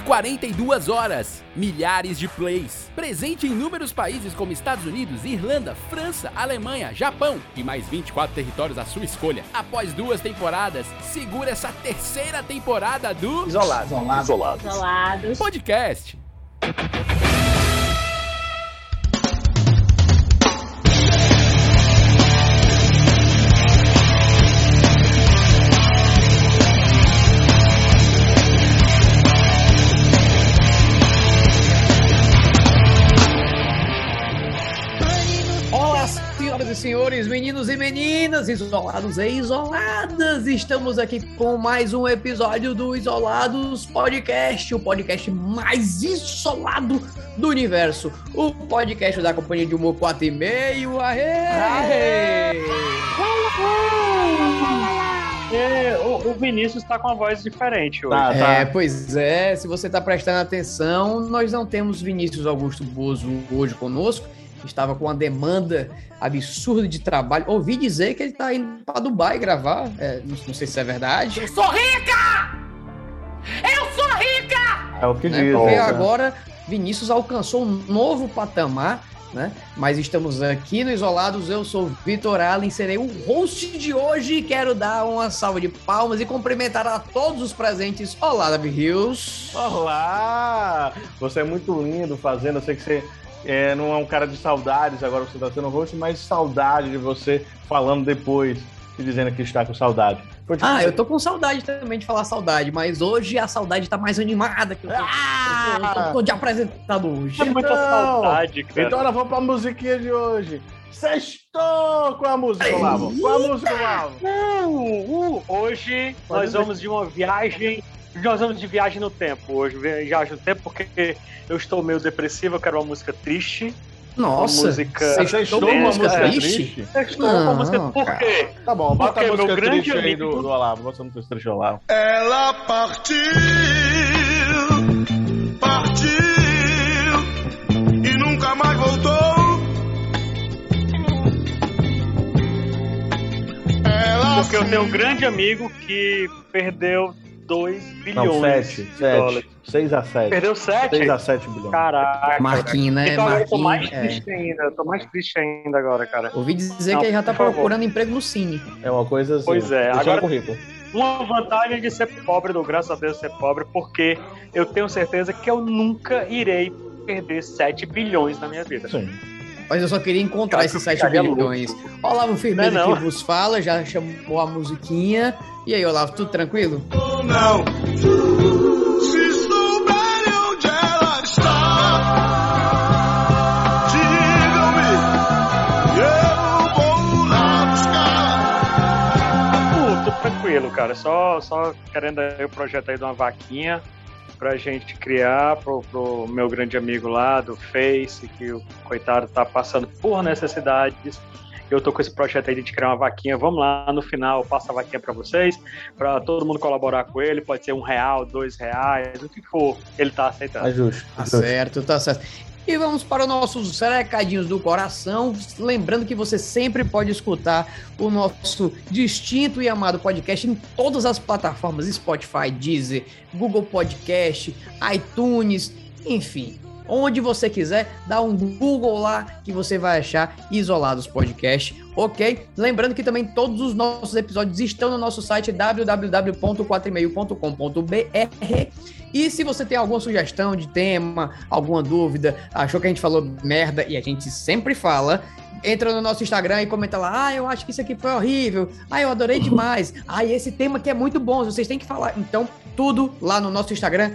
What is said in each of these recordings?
42 horas, milhares de plays. Presente em inúmeros países como Estados Unidos, Irlanda, França, Alemanha, Japão e mais 24 territórios à sua escolha. Após 2 temporadas, segura essa terceira temporada do Isolados Podcast. Senhoras e senhores, meninos e meninas, isolados e isoladas, estamos aqui com mais um episódio do Isolados Podcast, o podcast mais isolado do universo, o podcast da Companhia de Humor 4,5, aê! O Vinícius tá com uma voz diferente hoje. Pois é, se você tá prestando atenção, nós não temos Vinícius Augusto Bozo hoje conosco. Estava com uma demanda absurda de trabalho. Ouvi dizer que ele tá indo pra Dubai gravar. Não sei se é verdade. Eu sou rica! É o que diz. Porque agora Vinícius alcançou um novo patamar, né? Mas estamos aqui no Isolados. Eu sou o Vitor Allen, serei o host de hoje. Quero dar uma salva de palmas e cumprimentar a todos os presentes. Olá, Davi Rios. Olá! Você é muito lindo fazendo. Eu sei que você não é um cara de saudades, agora você está sendo host, mas saudade de você falando depois e dizendo que está com saudade. Eu tô com saudade também de falar saudade, mas hoje a saudade tá mais animada que eu tô de apresentado hoje. É muita saudade, cara. Então nós vamos pra musiquinha de hoje. Sextou com a música, Olavo. Com a música, Olavo. Hoje nós vamos de uma viagem. Nós vamos de viagem no tempo hoje. Viagem no tempo porque eu estou meio depressivo, eu quero uma música triste. Nossa, uma música uma música triste? Sextou uma música por quê? Tá bom, bota a música triste aí amigo... do Olavo. Bota a música triste do Olavo. Ela partiu e nunca mais voltou. Porque eu tenho um grande amigo que perdeu 2 bilhões. Não, 7. 6 a 7. Perdeu 7? 6 a 7 bilhões. Caraca. Marquinhos, né? Então Marquinhos, eu tô mais triste ainda. Eu tô mais triste ainda agora, cara. Ouvi dizer que ele já tá procurando emprego no Cine. É uma coisa assim. Pois é. Agora, currículo. uma vantagem de ser pobre, graças a Deus ser pobre, porque eu tenho certeza que eu nunca irei perder 7 bilhões na minha vida. Sim. Mas eu só queria encontrar esses 7 bilhões. Olavo Firmeza que vos fala, já chamou a musiquinha. E aí, Olavo, tudo tranquilo? Não. Se souberem onde ela está, digam-me, eu vou lá buscar. Tudo tranquilo, cara. Só querendo aí o projeto aí de uma vaquinha pra gente criar pro meu grande amigo lá do Face, que o coitado tá passando por necessidades. Eu tô com esse projeto aí de criar uma vaquinha. Vamos lá, no final eu passo a vaquinha pra vocês, pra todo mundo colaborar com ele. Pode ser R$1, R$2, o que for, ele tá aceitando. É justo. Tá certo, tá certo. E vamos para os nossos recadinhos do coração. Lembrando que você sempre pode escutar o nosso distinto e amado podcast em todas as plataformas: Spotify, Deezer, Google Podcast, iTunes, enfim. Onde você quiser, dá um Google lá que você vai achar Isolados Podcast, ok? Lembrando que também todos os nossos episódios estão no nosso site www.4email.com.br. E se você tem alguma sugestão de tema, alguma dúvida, achou que a gente falou merda, e a gente sempre fala, entra no nosso Instagram e comenta lá: eu acho que isso aqui foi horrível, eu adorei demais, esse tema aqui é muito bom, vocês têm que falar. Então, tudo lá no nosso Instagram,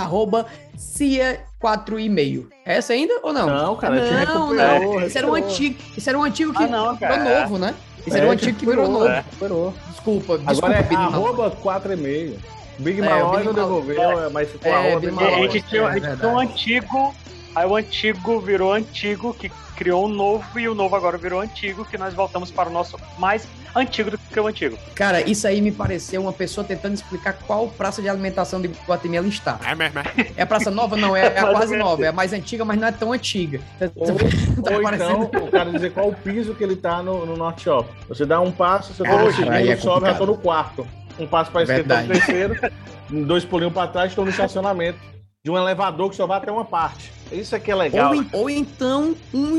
@cia4email. É essa ainda ou não? Não, cara, não. Esse era um antigo que virou novo, né? Esse era um antigo que virou novo. Desculpa, agora é @4email. Big Malloy não devolveu, mas ficou a gente tinha um antigo, aí o antigo virou antigo, que criou um novo, e o novo agora virou antigo, que nós voltamos para o nosso mais antigo do que o antigo. Cara, isso aí me pareceu uma pessoa tentando explicar qual praça de alimentação de Guatemi ela está. É a praça nova? Não, é a quase nova, é a mais antiga, mas não é tão antiga. Ou então, o cara dizer qual o piso que ele tá no Norte Shop. Você dá um passo, você tá no segundo, sobe, já tô no quarto. Um passo para esquerda, no terceiro, 2 pulinhos para trás, estou no estacionamento de um elevador que só vai até uma parte. Isso aqui é legal. Ou então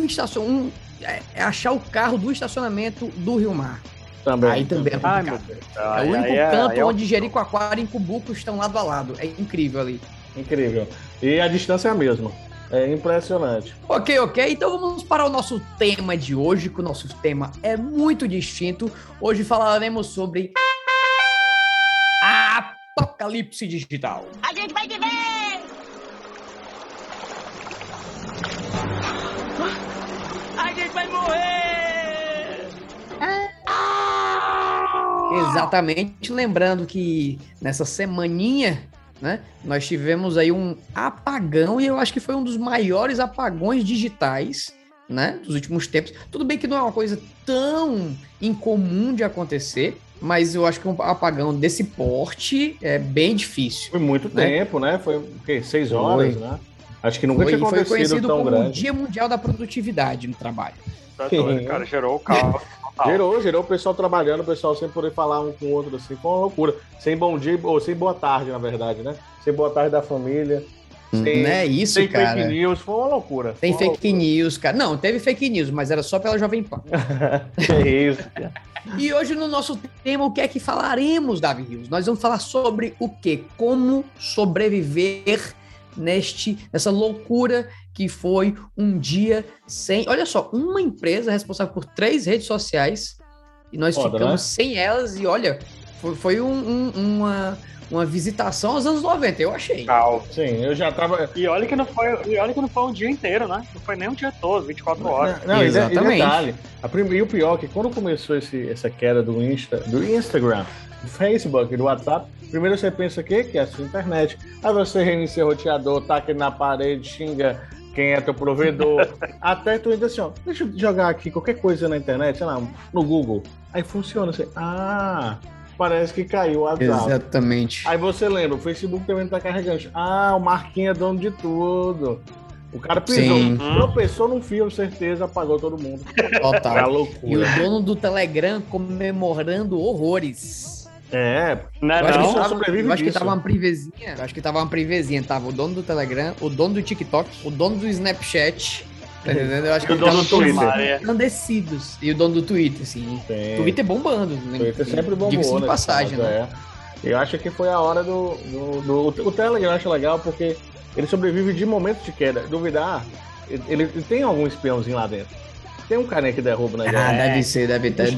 achar o carro do estacionamento do Rio Mar. Também. Aí também é complicado. É o único canto onde Jericoacoara e Cumbuco estão lado a lado. É incrível ali. Incrível. E a distância é a mesma. É impressionante. Ok. Então vamos para o nosso tema de hoje, que o nosso tema é muito distinto. Hoje falaremos sobre apocalipse digital. A gente vai viver! A gente vai morrer! Exatamente. Lembrando que nessa semaninha, né, nós tivemos aí um apagão, e eu acho que foi um dos maiores apagões digitais, né, dos últimos tempos. Tudo bem que não é uma coisa tão incomum de acontecer, mas eu acho que um apagão desse porte é bem difícil. Foi muito tempo, né? Foi o quê? 6 horas, né? Acho que nunca tinha acontecido foi conhecido tão como grande. o Dia Mundial da Produtividade no trabalho. Cara, gerou o caos. Gerou o pessoal trabalhando, o pessoal sem poder falar um com o outro, assim, foi uma loucura. Sem bom dia, ou sem boa tarde, na verdade, né? Sem boa tarde da família. Sem, não é isso, sem cara. Fake news, foi uma loucura. Tem fake news, cara. Não, teve fake news, mas era só pela Jovem Pan. Que isso, cara. E hoje no nosso tema, o que é que falaremos, Davi Rios? Nós vamos falar sobre o quê? Como sobreviver nessa loucura que foi um dia sem... Olha só, uma empresa responsável por 3 redes sociais e nós ficamos, né, sem elas, e olha, foi uma visitação aos anos 90, eu achei. Sim, eu já tava... E olha que não foi um dia inteiro, né? Não foi nem um dia todo, 24 horas. Não, exatamente. E detalhe, e o pior é que quando começou essa queda do Instagram, do Facebook e do WhatsApp, primeiro você pensa que é a sua internet. Aí você reinicia o roteador, taca ele na parede, xinga quem é teu provedor. Até tu ainda assim, ó, deixa eu jogar aqui qualquer coisa na internet, sei lá, no Google. Aí funciona, você, parece que caiu o WhatsApp. Exatamente. Aí você lembra, o Facebook também tá carregando. O Marquinhos é dono de tudo. O cara pisou, tropeçou num fio, certeza, apagou todo mundo. Total. É loucura. E o dono do Telegram comemorando horrores. Eu acho que tava uma privezinha. Tava o dono do Telegram, o dono do TikTok, o dono do Snapchat. Tá entendendo? Eu acho que o dono do Twitter. Ensandecidos. E o dono do Twitter, assim. Sim. Twitter bombando. Twitter sempre bombou, diga-se de né? passagem, né? Eu acho que foi a hora o Telegram, eu acho legal, porque ele sobrevive de momentos de queda. Duvidar, ele tem algum espiãozinho lá dentro. Tem um carinha que derruba, né? Deve ter.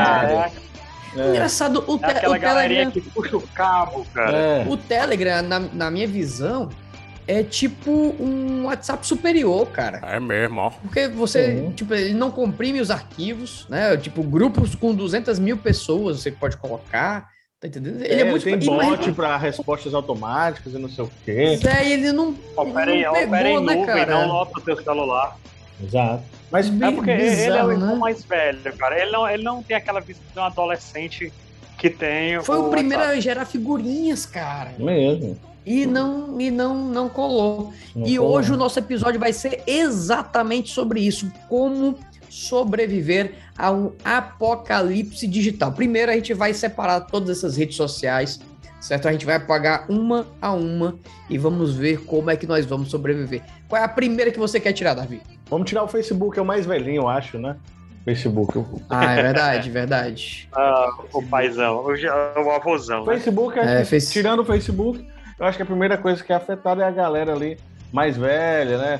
Engraçado, o Telegram que puxa o cabo, cara. O Telegram, na minha visão, é tipo um WhatsApp superior, cara. É mesmo, ó. Porque você, ele não comprime os arquivos, né? Tipo, grupos com 200 mil pessoas você pode colocar, tá entendendo? Ele é muito... Tem bot pra respostas automáticas e não sei o quê. Ele não opera em nuvem, não lota o teu celular. Exato. Mas porque ele é o irmão mais velho, cara. Ele não tem aquela visão adolescente que tem. Foi o primeiro a gerar figurinhas, cara. Mesmo. E não colou. Hoje o nosso episódio vai ser exatamente sobre isso. Como sobreviver a um apocalipse digital. Primeiro a gente vai separar todas essas redes sociais, certo? A gente vai apagar uma a uma e vamos ver como é que nós vamos sobreviver. Qual é a primeira que você quer tirar, Davi? Vamos tirar o Facebook, é o mais velhinho, eu acho, né? Facebook. É verdade. O paizão, o avôzão. Facebook, tirando o Facebook, eu acho que a primeira coisa que é afetada é a galera ali mais velha, né?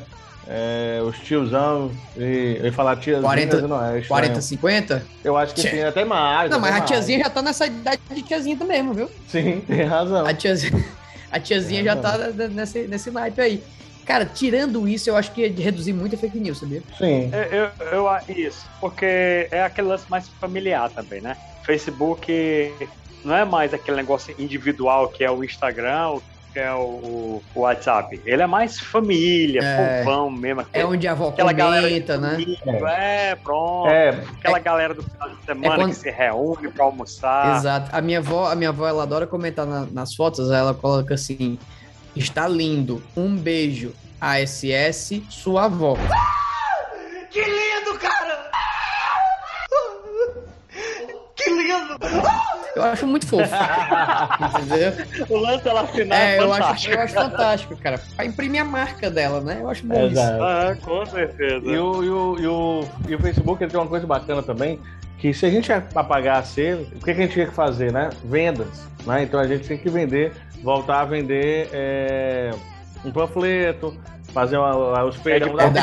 Os tiozão, eu ia falar tiazinha, não é? 40, 50? Eu acho que tem até mais. Não, mas a tiazinha já tá nessa idade de tiazinha também, viu? Sim, tem razão. A tiazinha já tá nesse naipe aí. Cara, tirando isso, eu acho que ia reduzir muito a fake news, sabia? Sim. Isso, porque é aquele lance mais familiar também, né? Facebook não é mais aquele negócio individual que é o Instagram, que é o WhatsApp. Ele é mais família, povão mesmo. Onde a avó comenta, né? Pronto. Aquela galera do final de semana que se reúne pra almoçar. Exato. A minha avó, ela adora comentar nas fotos, ela coloca assim: está lindo, um beijo, ASS, sua avó. Que lindo, cara! Que lindo! Eu acho muito fofo. Entendeu? O lance dela assinar eu acho fantástico, cara. Pra imprimir a marca dela, né? Eu acho bom isso. Com certeza. E o Facebook ele tem uma coisa bacana também, que se a gente apagasse ele, o que a gente tinha que fazer, né? Vendas, né? Então a gente tem que voltar a vender um panfleto, fazer os feirão da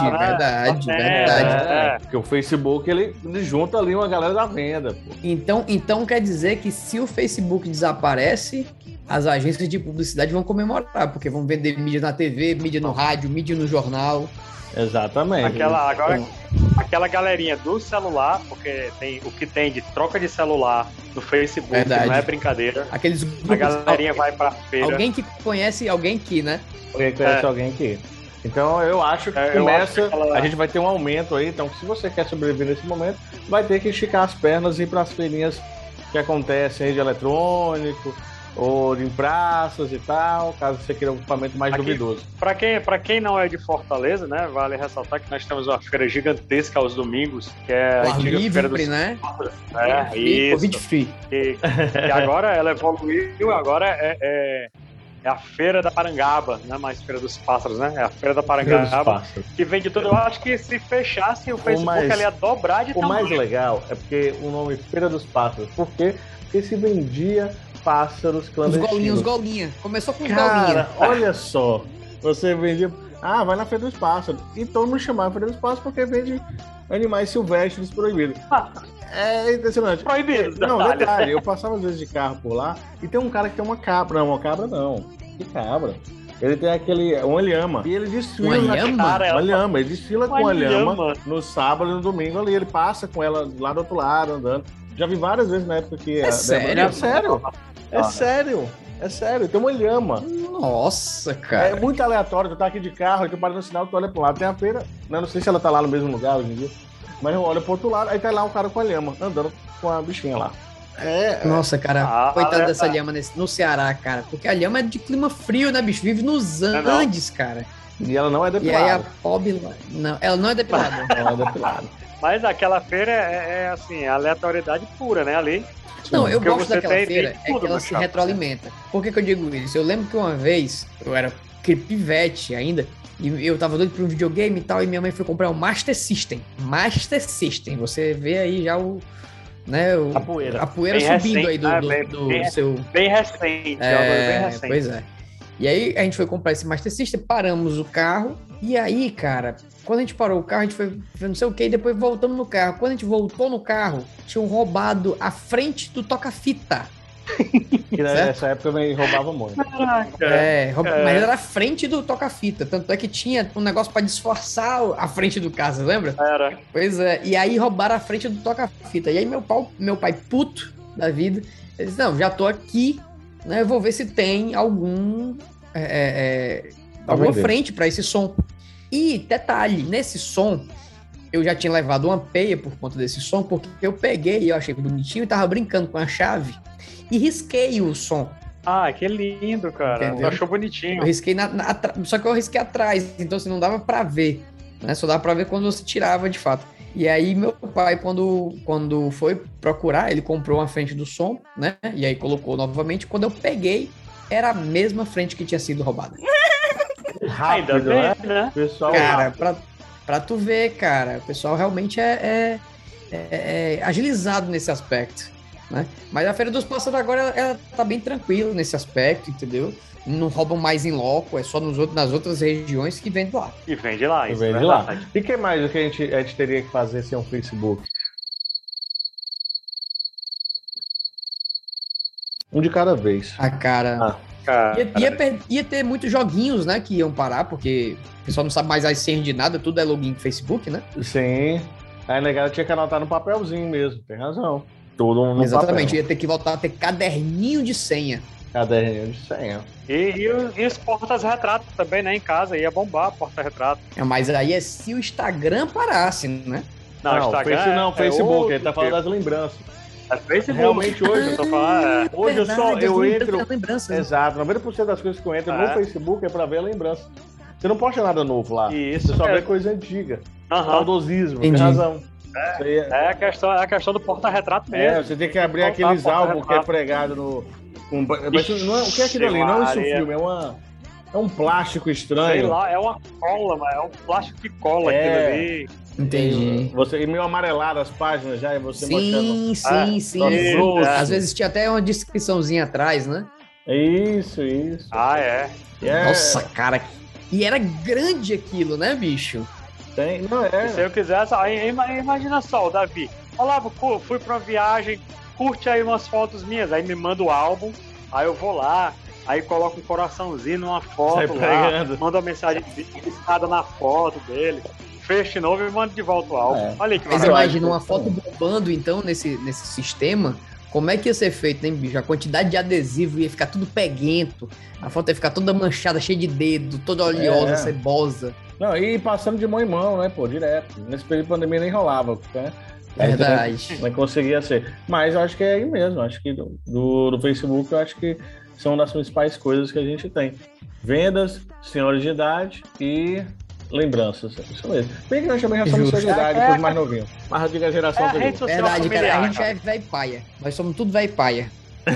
Verdade. Porque o Facebook, ele junta ali uma galera da venda. Pô. Então quer dizer que se o Facebook desaparece, as agências de publicidade vão comemorar, porque vão vender mídia na TV, mídia no rádio, mídia no jornal. Exatamente. Aquela galerinha do celular, porque o que tem de troca de celular no Facebook, não é brincadeira. Aqueles grupos, a galerinha vai pra feira. Alguém que conhece alguém que, né? Alguém conhece alguém que. Então eu acho que a gente vai ter um aumento aí. Então, se você quer sobreviver nesse momento, vai ter que esticar as pernas e ir para as feirinhas que acontecem aí de eletrônico ou em praças e tal, caso você queira um equipamento mais duvidoso. Para quem não é de Fortaleza, né, vale ressaltar que nós temos uma feira gigantesca aos domingos, que é a antiga feira dos Pássaros, né? Isso. Covid-free. E agora ela evoluiu, agora é a Feira da Parangaba, não é mais Feira dos Pássaros, né? É a Feira da Parangaba, que vende tudo. Eu acho que se fechasse o Facebook, ela ia dobrar de tamanho. O mais legal é porque o nome Feira dos Pássaros. Por quê? Porque se vendia pássaros clandestinos. Os golinhos. Começou com os golinhos. Cara, olha só. Você vendia... vai na Feira dos Pássaros. E todo mundo chamava Feira dos Pássaros porque vende animais silvestres proibidos. É impressionante. Proibido. Não, detalhe, eu passava às vezes de carro por lá e tem um cara que tem uma cabra. Não, uma cabra não. Que cabra? Ele tem uma lhama. E ele desfila ele desfila com a lhama no sábado e no domingo ali. Ele passa com ela lá do outro lado, andando. Já vi várias vezes na época que... sério? É sério, tem uma lhama. Nossa, cara. É muito aleatório, tu tá aqui de carro, aí tu para no sinal, tu olha pro lado, tem a feira, né? Não sei se ela tá lá no mesmo lugar hoje em dia, mas eu olho pro outro lado, aí tá lá um cara com a lhama, andando com a bichinha lá. Nossa, cara, coitado dessa lhama no Ceará, cara, porque a lhama é de clima frio, né, bicho? Vive nos Andes, cara. E ela não é depilada. E aí a pobre... Não, ela não é depilada. Não é depilada. Mas aquela feira é assim, aleatoriedade pura, né, ali. Não, eu gosto daquela feira, é que ela se retroalimenta. Por que eu digo isso? Eu lembro que uma vez, eu era pivete ainda, e eu tava doido pra um videogame e tal, e minha mãe foi comprar um Master System. Você vê aí já a poeira subindo recente, aí do seu... Bem recente, bem recente. Pois é. E aí a gente foi comprar esse Master System, paramos o carro, e aí, cara, quando a gente parou o carro, a gente foi não sei o que, e depois voltamos no carro. Quando a gente voltou no carro, tinham roubado a frente do toca-fita. Que nessa época eu roubava muito. Mas era a frente do toca-fita. Tanto é que tinha um negócio pra disfarçar a frente do carro, lembra? Era. Pois é. E aí roubaram a frente do toca-fita. E aí meu pai puto da vida, ele disse, não, já tô aqui, né? Eu vou ver se tem alguma frente pra esse som. E, detalhe, nesse som, eu já tinha levado uma peia por conta desse som, porque eu peguei e eu achei bonitinho e tava brincando com a chave e risquei o som. Ah, que lindo, cara. Você achou bonitinho. Eu risquei só que eu risquei atrás, então assim, não dava pra ver, né? Só dava pra ver quando você tirava, de fato. E aí meu pai, quando foi procurar, ele comprou uma frente do som, né? E aí colocou novamente. Quando eu peguei, era a mesma frente que tinha sido roubada. Rápido, né? Pessoal, cara, pra tu ver, cara, o pessoal realmente é agilizado nesse aspecto, né? Mas a Feira dos Pássaros agora ela tá bem tranquila nesse aspecto, entendeu? Não roubam mais em loco, é só nas outras regiões que vende lá. E vende lá, isso vende lá. E o que mais o que a gente teria que fazer sem um Facebook? Um de cada vez. Cara. Ia ter muitos joguinhos, né, que iam parar, porque o pessoal não sabe mais as senhas de nada, tudo é login do Facebook, né? Sim. Aí legal, tinha que anotar no papelzinho mesmo, tem razão. Tudo no Exatamente, papel. Ia ter que voltar a ter caderninho de senha. Caderninho de senha. E os portas-retratos também, né, em casa, ia bombar porta-retrato. Mas aí é se o Instagram parasse, né? Não, Instagram Facebook, ele tá falando das lembranças. É Facebook. Realmente hoje, eu tô falando. Hoje eu entro. Exato, 90% das coisas que eu entro no Facebook é pra ver a lembrança. Você não posta nada novo lá. Isso. Você só vê coisa antiga. Saudosismo, tem razão. É a questão do porta-retrato mesmo. Você tem que abrir aqueles álbuns que é pregado no... não é, o que é aquilo ali? Não é isso filme, é um plástico estranho. Sei lá, é uma cola, mas é um plástico que cola aquilo ali. Entendi. E meio amarelado as páginas já, e você sim. Às vezes tinha até uma descriçãozinha atrás, né? Isso. É. Nossa, cara. E era grande aquilo, né, bicho? Se eu quisesse, imagina só, o Davi. Olavo, fui pra uma viagem, curte aí umas fotos minhas, aí me manda o álbum, aí eu vou lá, aí coloco um coraçãozinho numa foto lá, manda uma mensagem riscada na foto dele, fecho de novo e mando de volta o álbum. Olha aí que Mas imagina uma foto bombando, então, nesse sistema, como é que ia ser feito, hein, bicho? A quantidade de adesivo ia ficar tudo peguento, a foto ia ficar toda manchada, cheia de dedo, toda oleosa, cebosa. Não, e passando de mão em mão, né, pô, direto. Nesse período de pandemia nem rolava, né? Verdade. Não conseguia ser. Mas eu acho que é aí mesmo, acho que do Facebook, eu acho que são uma das principais coisas que a gente tem. Vendas, senhores de idade e lembranças, isso mesmo. Bem que nós também já somos senhores de idade, depois mais novinho. Mas eu digo a geração anterior. Verdade, cara, a gente é velho paia. Nós somos tudo velho paia.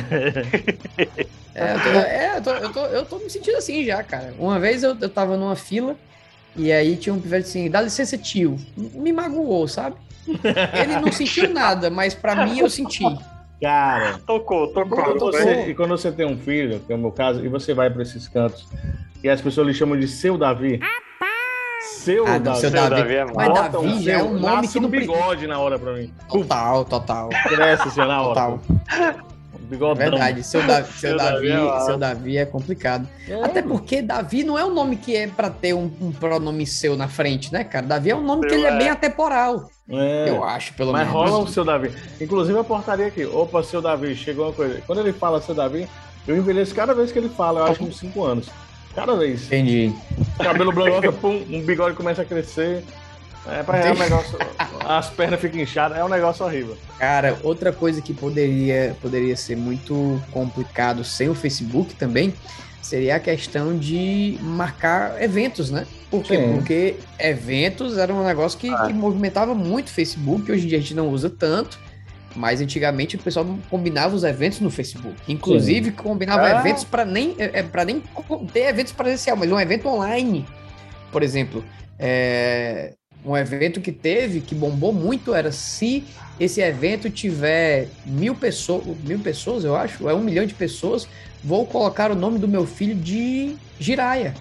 Eu tô me sentindo assim já, cara. Uma vez eu tava numa fila e aí tinha um pivete assim, dá licença, tio. Me magoou, sabe? Ele não sentiu nada, mas pra mim eu senti. Cara, tocou. E quando você tem um filho, que é o meu caso, e você vai pra esses cantos e as pessoas lhe chamam de seu Davi. Seu Davi. Mas Davi já é um nome que não bigode na hora pra mim. Total. Cresce assim na hora. Total. Bigodão. Verdade, seu Davi é complicado. Até porque Davi não é um nome que é pra ter um pronome seu na frente, né, cara? Davi é um nome que ele é bem atemporal. Eu acho, pelo menos. Mas rola o seu Davi. Inclusive a portaria aqui. Opa, seu Davi, chegou uma coisa. Quando ele fala seu Davi, eu envelheço cada vez que ele fala, eu acho que uns 5 anos. Cada vez. Entendi. Cabelo branco, pum, um bigode começa a crescer. É um negócio. As pernas ficam inchadas, é um negócio horrível. Cara, outra coisa que poderia ser muito complicado sem o Facebook também seria a questão de marcar eventos, né? Por quê? Porque eventos era um negócio que movimentava muito o Facebook, hoje em dia a gente não usa tanto, mas antigamente o pessoal combinava os eventos no Facebook. Inclusive, combinava eventos para nem ter eventos presencial, mas um evento online. Por exemplo, um evento que bombou muito era se esse evento tiver 1.000 pessoas, eu acho, 1 milhão de pessoas, vou colocar o nome do meu filho de Jiraya.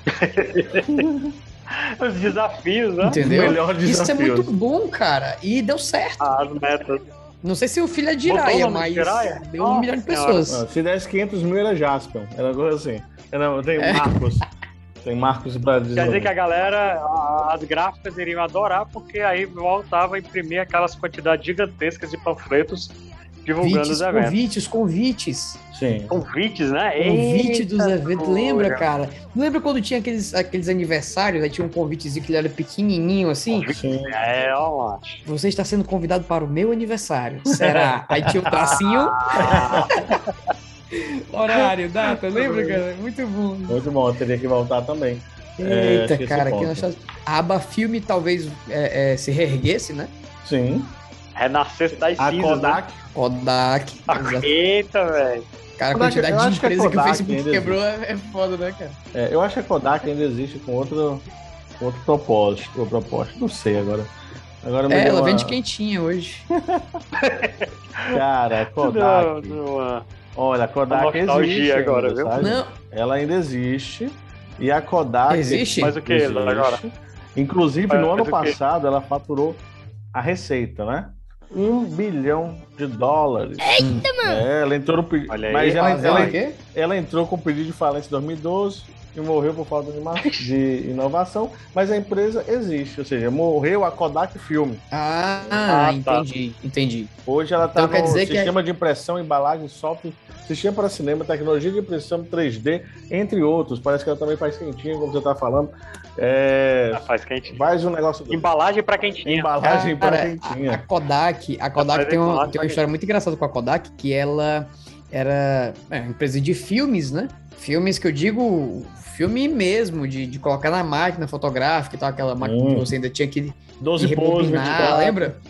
Os desafios, né? Entendeu? Melhor desafio. Isso é muito bom, cara. E deu certo. As metas. Não sei se o filho é Jiraya, mas deu 1 milhão de pessoas. Se desse 500 mil, era Jaspion. Era uma coisa assim. Tem Marcos. Tem Marcos pra dizer. Quer dizer que a galera, as gráficas iriam adorar, porque aí voltava a imprimir aquelas quantidades gigantescas de panfletos divulgando os eventos. Convites. Sim. Convites, né? Convite dos eventos. Lembra, cara? Lembra quando tinha aqueles aniversários? Aí tinha um convitezinho que ele era pequenininho assim? Sim. Ó. Você está sendo convidado para o meu aniversário. Será? Aí tinha um tracinho. Horário, data, lembra, cara? Muito bom. Muito bom, eu teria que voltar também. Eita, cara, a aba filme talvez se reerguesse, né? Sim. Renascesse das cinzas, Kodak. né? Kodak. Eita, velho. Cara, a quantidade de empresa que o Facebook quebrou é foda, né, cara? Eu acho que a Kodak ainda existe com outro propósito ou proposta. Não sei agora. Ela vende quentinha hoje. Cara, a Kodak. Olha, a Kodak existe agora, ainda, viu? Sabe? Não. Ela ainda existe. E a Kodak... Existe? Mas o que agora? Inclusive, no ano passado, ela faturou a receita, né? $1 bilhão. Eita, mano! Ela entrou no pedido... Mas ela entrou com pedido de falência em 2012 e morreu por falta de inovação, mas a empresa existe, ou seja, morreu a Kodak Film. Entendi. Hoje ela está então, no sistema de impressão, embalagem, software, sistema para cinema, tecnologia de impressão 3D, entre outros. Parece que ela também faz quentinha, como você está falando. Faz quentinha. Faz um negócio... Embalagem para quentinha. Embalagem para quentinha. A Kodak tem uma história muito engraçada com a Kodak, que ela era uma empresa de filmes, né? Filmes que eu digo... Filme mesmo, de colocar na máquina fotográfica e tal, aquela máquina que você ainda tinha que 12 rebobinar, lembra?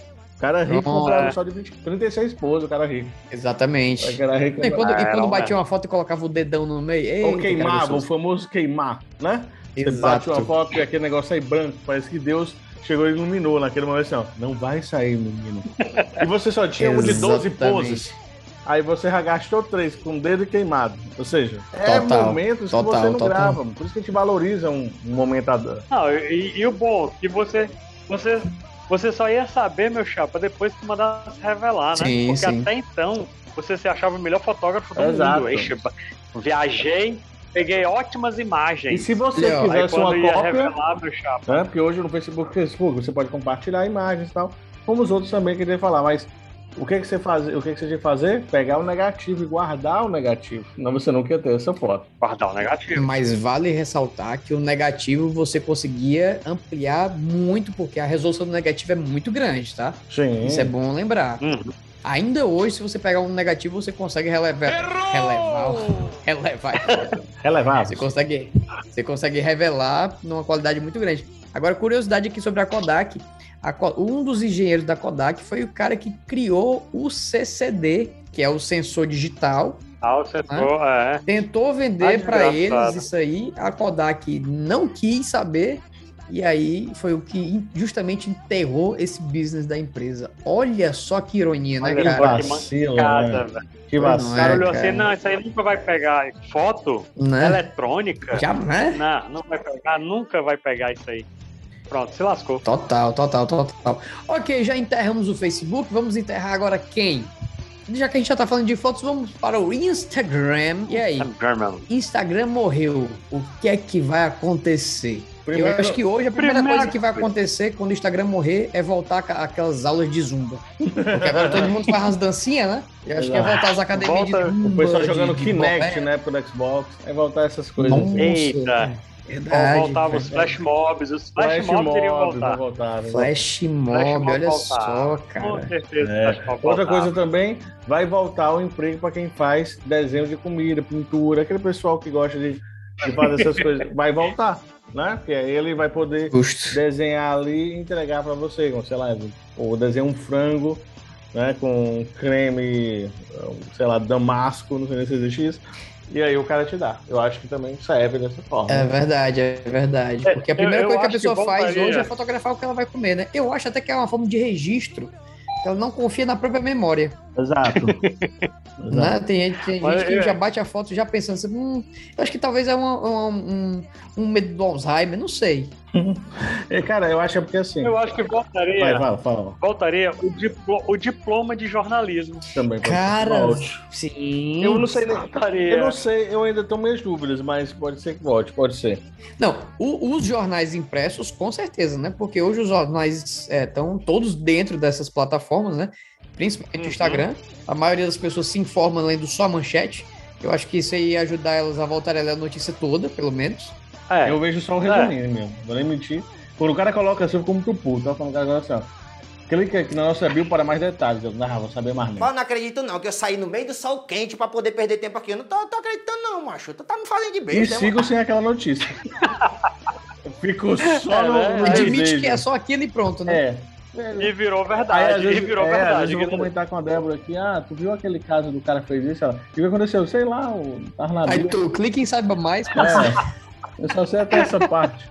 cara rico comprava só de 36 poses, o cara rico. Exatamente. O cara rico E quando batia uma foto e colocava o dedão no meio... Ou queimava, o famoso queimar, né? Exato. Você bate uma foto e aquele negócio aí branco, parece que Deus chegou e iluminou naquele momento assim, ó, não vai sair, menino. E você só tinha um de 12 poses. Aí você já gastou 3 com o dedo queimado. Ou seja, momentos que você não grava. Por isso que a gente valoriza um momento a dois. Não, e o bom, que você só ia saber, meu chapa, depois que mandasse revelar, né? Sim, porque até então, você se achava o melhor fotógrafo do mundo. Viajei, peguei ótimas imagens. E se você quisesse uma cópia, revelar, meu chapa, né? Porque hoje no Facebook você pode compartilhar imagens e tal, como os outros também queriam falar, mas o que você tinha que fazer? Pegar o negativo e guardar o negativo. Senão você não quer ter essa foto. Guardar o negativo. Mas vale ressaltar que o negativo você conseguia ampliar muito, porque a resolução do negativo é muito grande, tá? Sim. Isso é bom lembrar. Ainda hoje, se você pegar um negativo, você consegue relevar. Você consegue revelar numa qualidade muito grande. Agora, curiosidade aqui sobre a Kodak. Um dos engenheiros da Kodak foi o cara que criou o CCD, que é o sensor digital. O sensor, Tentou vender para eles isso aí. A Kodak não quis saber. E aí foi o que justamente enterrou esse business da empresa. Olha só que ironia, né, cara? Que mancada, velho. Que vacilo. O cara olhou assim, não, isso aí nunca vai pegar. Foto eletrônica? Já, né? Não vai pegar, nunca vai pegar isso aí. Pronto, se lascou. Total. Ok, já enterramos o Facebook, vamos enterrar agora quem? Já que a gente já tá falando de fotos, vamos para o Instagram. E aí? Instagram morreu. O que é que vai acontecer? Eu acho que hoje a primeira coisa que vai acontecer quando o Instagram morrer é voltar aquelas aulas de Zumba. Porque agora todo mundo faz as dancinhas, né? Eu acho que é voltar às academias de Zumba. O pessoal jogando Kinect, né, pro Xbox. É voltar essas coisas. Nossa, eita! Verdade, voltava os flash mobs. Os flash mobs iriam voltar. Flash mob, olha só, cara. Com certeza. Outra coisa também, vai voltar o emprego para quem faz desenho de comida, pintura, aquele pessoal que gosta de fazer essas coisas, vai voltar, né? Porque aí ele vai poder desenhar ali e entregar para você, como, sei lá, ou desenhar um frango, né, com creme, sei lá, damasco, não sei nem se existe isso. E aí o cara te dá. Eu acho que também serve dessa forma. É verdade. Porque a primeira coisa que a pessoa faz hoje é fotografar o que ela vai comer, né? Eu acho até que é uma forma de registro. Ela não confia na própria memória. Exato. Né? Tem gente que já bate a foto já pensando assim, eu acho que talvez é um medo do Alzheimer, não sei. Cara, eu acho que é porque assim... Eu acho que voltaria. Fala. Voltaria o diploma de jornalismo. Também. Cara, sim. Eu não sei nem... Eu não sei, eu ainda tenho minhas dúvidas, mas pode ser que volte, pode ser. Não, os jornais impressos, com certeza, né? Porque hoje os jornais estão todos dentro dessas plataformas, né? Principalmente o Instagram. A maioria das pessoas se informam lendo só a manchete. Eu acho que isso aí ia ajudar elas a voltarem a ler a notícia toda, pelo menos. Eu vejo só o resuminho mesmo, vou nem mentir. Quando o cara coloca assim, eu fico muito puto. Tá falando agora assim, ó. Clica aqui na nossa bio para mais detalhes. Eu vou saber mais mesmo. Eu não acredito não, que eu saí no meio do sol quente pra poder perder tempo aqui. Eu não tô acreditando não, macho. Tu tá me fazendo de besta. E sigo sem aquela notícia. Eu fico só no admite que é só aquilo e pronto, né? E virou verdade. Às vezes eu vou comentar com a Débora aqui, tu viu aquele caso do cara que fez isso? Ela, o que aconteceu? Sei lá, o Tarnabio. Aí tu clica em saiba mais. Eu só sei até essa parte.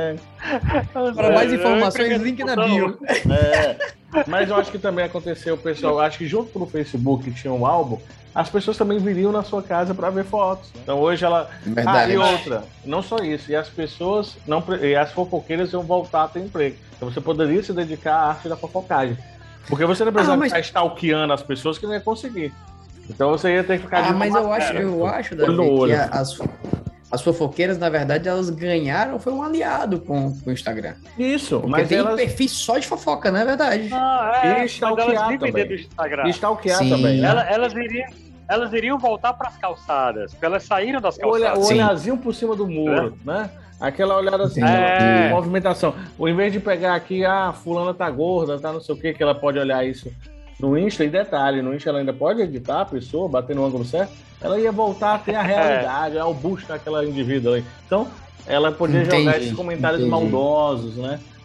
Para mais informações, link na bio. Mas eu acho que também aconteceu, pessoal, acho que junto com o Facebook tinha um álbum, as pessoas também viriam na sua casa para ver fotos. Então hoje ela... Verdade. E outra, não só isso, e as pessoas, e as fofoqueiras iam voltar a ter emprego. Então você poderia se dedicar à arte da fofocagem. Porque você não precisava ficar stalkeando as pessoas que não ia conseguir. Então você ia ter que ficar... mas eu acho, Davi, que as fofoqueiras, na verdade, elas ganharam, foi um aliado com o Instagram. Isso, porque tem perfis só de fofoca, não é verdade? E stalkear também. E stalkear também. Elas iriam voltar para as calçadas, porque elas saíram das calçadas. O olhazinho por cima do muro, né? Aquela olhada assim, movimentação. Ao invés de pegar aqui, fulana tá gorda, tá não sei o que ela pode olhar isso no Insta. E detalhe, no Insta ela ainda pode editar a pessoa, bater no ângulo certo. Ela ia voltar a ter a realidade, o busto daquela indivídua ali. Então, ela podia jogar esses comentários maldosos, né?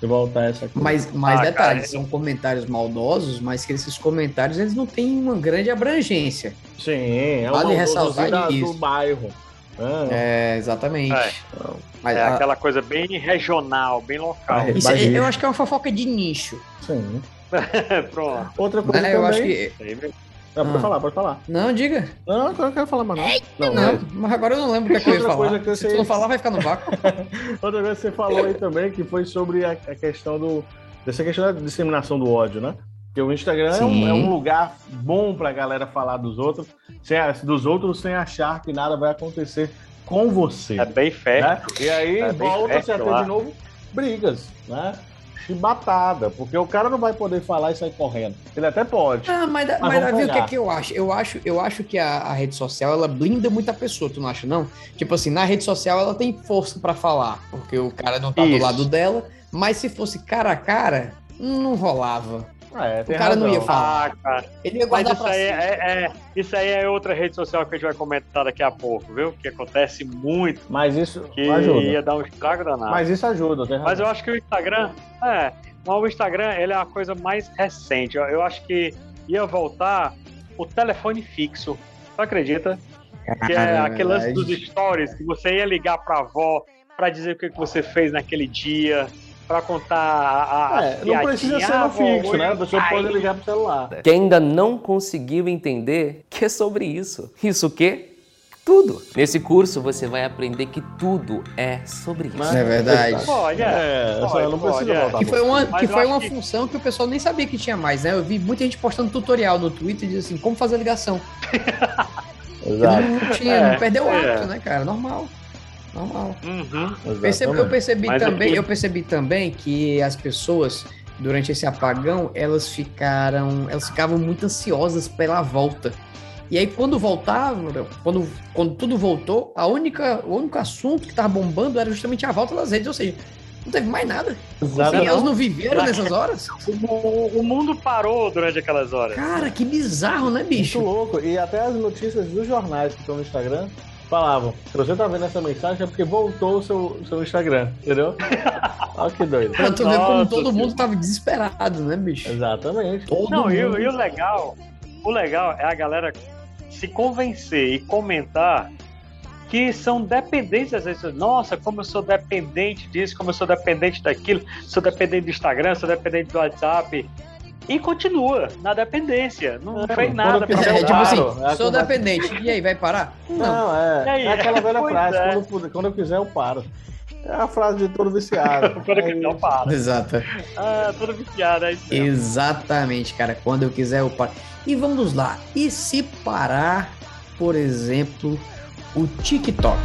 de voltar essa coisa. Mas detalhe, são comentários maldosos, mas que esses comentários eles não têm uma grande abrangência. Sim, é vale ressaltar do bairro. Exatamente. Mas aquela coisa bem regional, bem local. Eu acho que é uma fofoca de nicho. Sim. Pronto. Outra coisa também... Eu acho que... Pode falar. Não, diga. Não, eu não quero falar mais não. Mas agora eu não lembro o que eu ia falar. Se tu não falar, vai ficar no vácuo. Outra coisa que você falou aí também, que foi sobre a questão dessa questão da disseminação do ódio, né? Porque o Instagram é um lugar bom pra galera falar dos outros sem achar que nada vai acontecer com você. É bem fértil. Né? E aí volta-se a ter de novo brigas, né? Chibatada, porque o cara não vai poder falar e sair correndo. Ele até pode. Mas Davi, o que é que eu acho? Eu acho que a rede social, ela blinda muita pessoa, tu não acha, não? Tipo assim, na rede social ela tem força pra falar, porque o cara não tá do lado dela, mas se fosse cara a cara, não rolava. O cara não ia falar. Cara. Ele ia guardar pra isso aí é outra rede social que a gente vai comentar daqui a pouco, viu? Que acontece muito. Mas isso que ajuda. Ia dar um estrago danado. Mas isso ajuda, tem razão. Mas eu acho que o Instagram... o Instagram, ele é a coisa mais recente. Eu acho que ia voltar o telefone fixo. Tu acredita? Que é aquele lance dos stories, que você ia ligar pra avó pra dizer o que você fez naquele dia... Pra contar não precisa ser no fixo, né? Você pode ligar pro celular. Que ainda não conseguiu entender que é sobre isso. Isso o quê? Tudo. Nesse curso você vai aprender que tudo é sobre isso. É verdade. Não precisa voltar. Que foi uma função que o pessoal nem sabia que tinha mais, né? Eu vi muita gente postando tutorial no Twitter e diz assim, como fazer ligação. Exato. Não perdeu o hábito, né, cara? Normal. Eu percebi também que as pessoas, durante esse apagão, elas ficavam muito ansiosas pela volta. E aí, quando voltavam, quando tudo voltou, o único assunto que tava bombando era justamente a volta das redes, ou seja, não teve mais nada. Exatamente. Elas não viveram nessas horas. O mundo parou durante aquelas horas. Cara, que bizarro, né, bicho? Muito louco. E até as notícias dos jornais que estão no Instagram falavam, se você tá vendo essa mensagem é porque voltou o seu Instagram, entendeu? Olha que doido. Pra tu ver como todo mundo tava desesperado, né, bicho? Exatamente. E o legal é a galera se convencer e comentar que são dependentes às vezes. Nossa, como eu sou dependente disso, como eu sou dependente daquilo, sou dependente do Instagram, sou dependente do WhatsApp. E continua na dependência. Não fez nada pra tipo assim, sou dependente. E aí, vai parar? Não, é aquela velha frase, quando eu quiser eu paro. É a frase de todo viciado. Quando eu quiser eu paro. Exato. Todo viciado, é isso mesmo. Exatamente, cara. Quando eu quiser eu paro. E vamos lá. E se parar, por exemplo, o TikTok?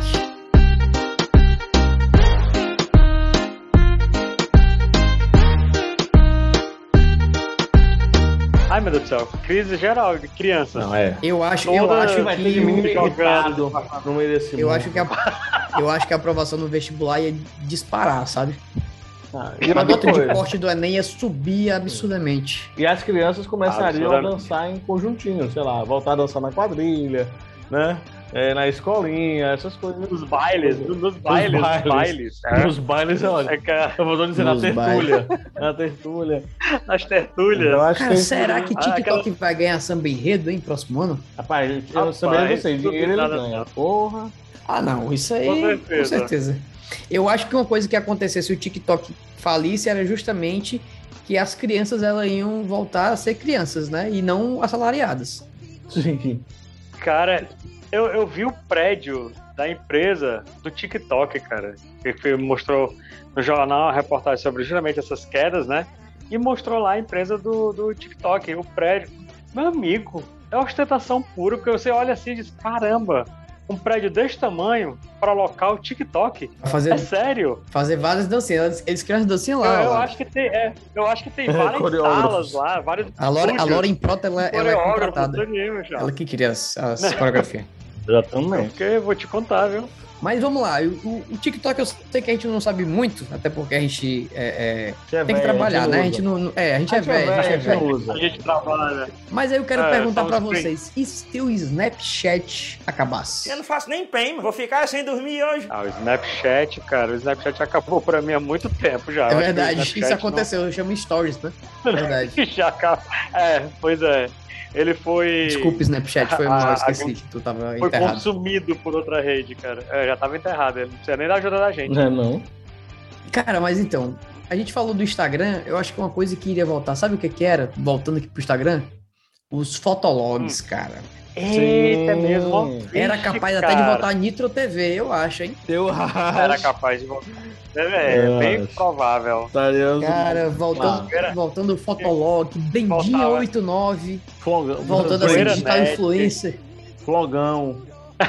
Ai, meu Deus do céu, crise geral de crianças. Não, é. Eu acho que vai ter de menino jogando no meio desse mundo. Eu acho que a aprovação no vestibular ia disparar, sabe? E a nota de corte do Enem ia subir absurdamente. E as crianças começariam a dançar em conjuntinho, sei lá, voltar a dançar na quadrilha, né? Na escolinha, essas coisas. Nos bailes. Nos bailes, olha. Eu vou dizer na tertúlia. Nas tertúlias. Cara, será que TikTok vai ganhar samba enredo, hein, próximo ano? Rapaz, eu também não sei. Dinheiro ele ganha. Porra. Ah, não, isso aí, com certeza. Eu acho que uma coisa que ia acontecer se o TikTok falisse era justamente que as crianças elas iam voltar a ser crianças, né? E não assalariadas. Sim. Cara, eu vi o prédio da empresa do TikTok, cara. Que mostrou no jornal a reportagem sobre justamente essas quedas, né? E mostrou lá a empresa do TikTok, o prédio. Meu amigo, é ostentação pura, porque você olha assim e diz, caramba, um prédio desse tamanho para alocar o TikTok? É sério? Fazer várias dancinhas. Eles criam as dancinhas lá. Eu acho que tem várias salas lá, vários. A Lauren Prota, ela é contratada. Ela que cria as coreografias. Exatamente. Porque eu vou te contar, viu? Mas vamos lá, o TikTok eu sei que a gente não sabe muito, até porque a gente tem que trabalhar, né? A gente não a gente é velho, a gente é velho. A gente trabalha. Mas aí eu quero perguntar pra vocês, e se o Snapchat acabasse? Eu não faço nem PEN, mano. Vou ficar sem dormir hoje. O Snapchat, cara, o Snapchat acabou pra mim há muito tempo já. É verdade, isso aconteceu, eu chamo Stories, né? É verdade. Já acabou. Pois é. Ele foi... Desculpa, Snapchat, foi mal, esqueci que tu tava foi enterrado. Consumido por outra rede, cara. Já tava enterrado, ele não precisa nem da ajuda da gente. Não. Cara, mas então, a gente falou do Instagram, eu acho que uma coisa que iria voltar, sabe o que era? Voltando aqui pro Instagram? Os fotologs, cara. Eita, mesmo. Era capaz até de voltar a Nitro TV, eu acho, hein? Eu acho. Era capaz de voltar. Bem provável. Cara, voltando o Fotolog, Bendinha 89, voltando a ser digital influencer. Flogão.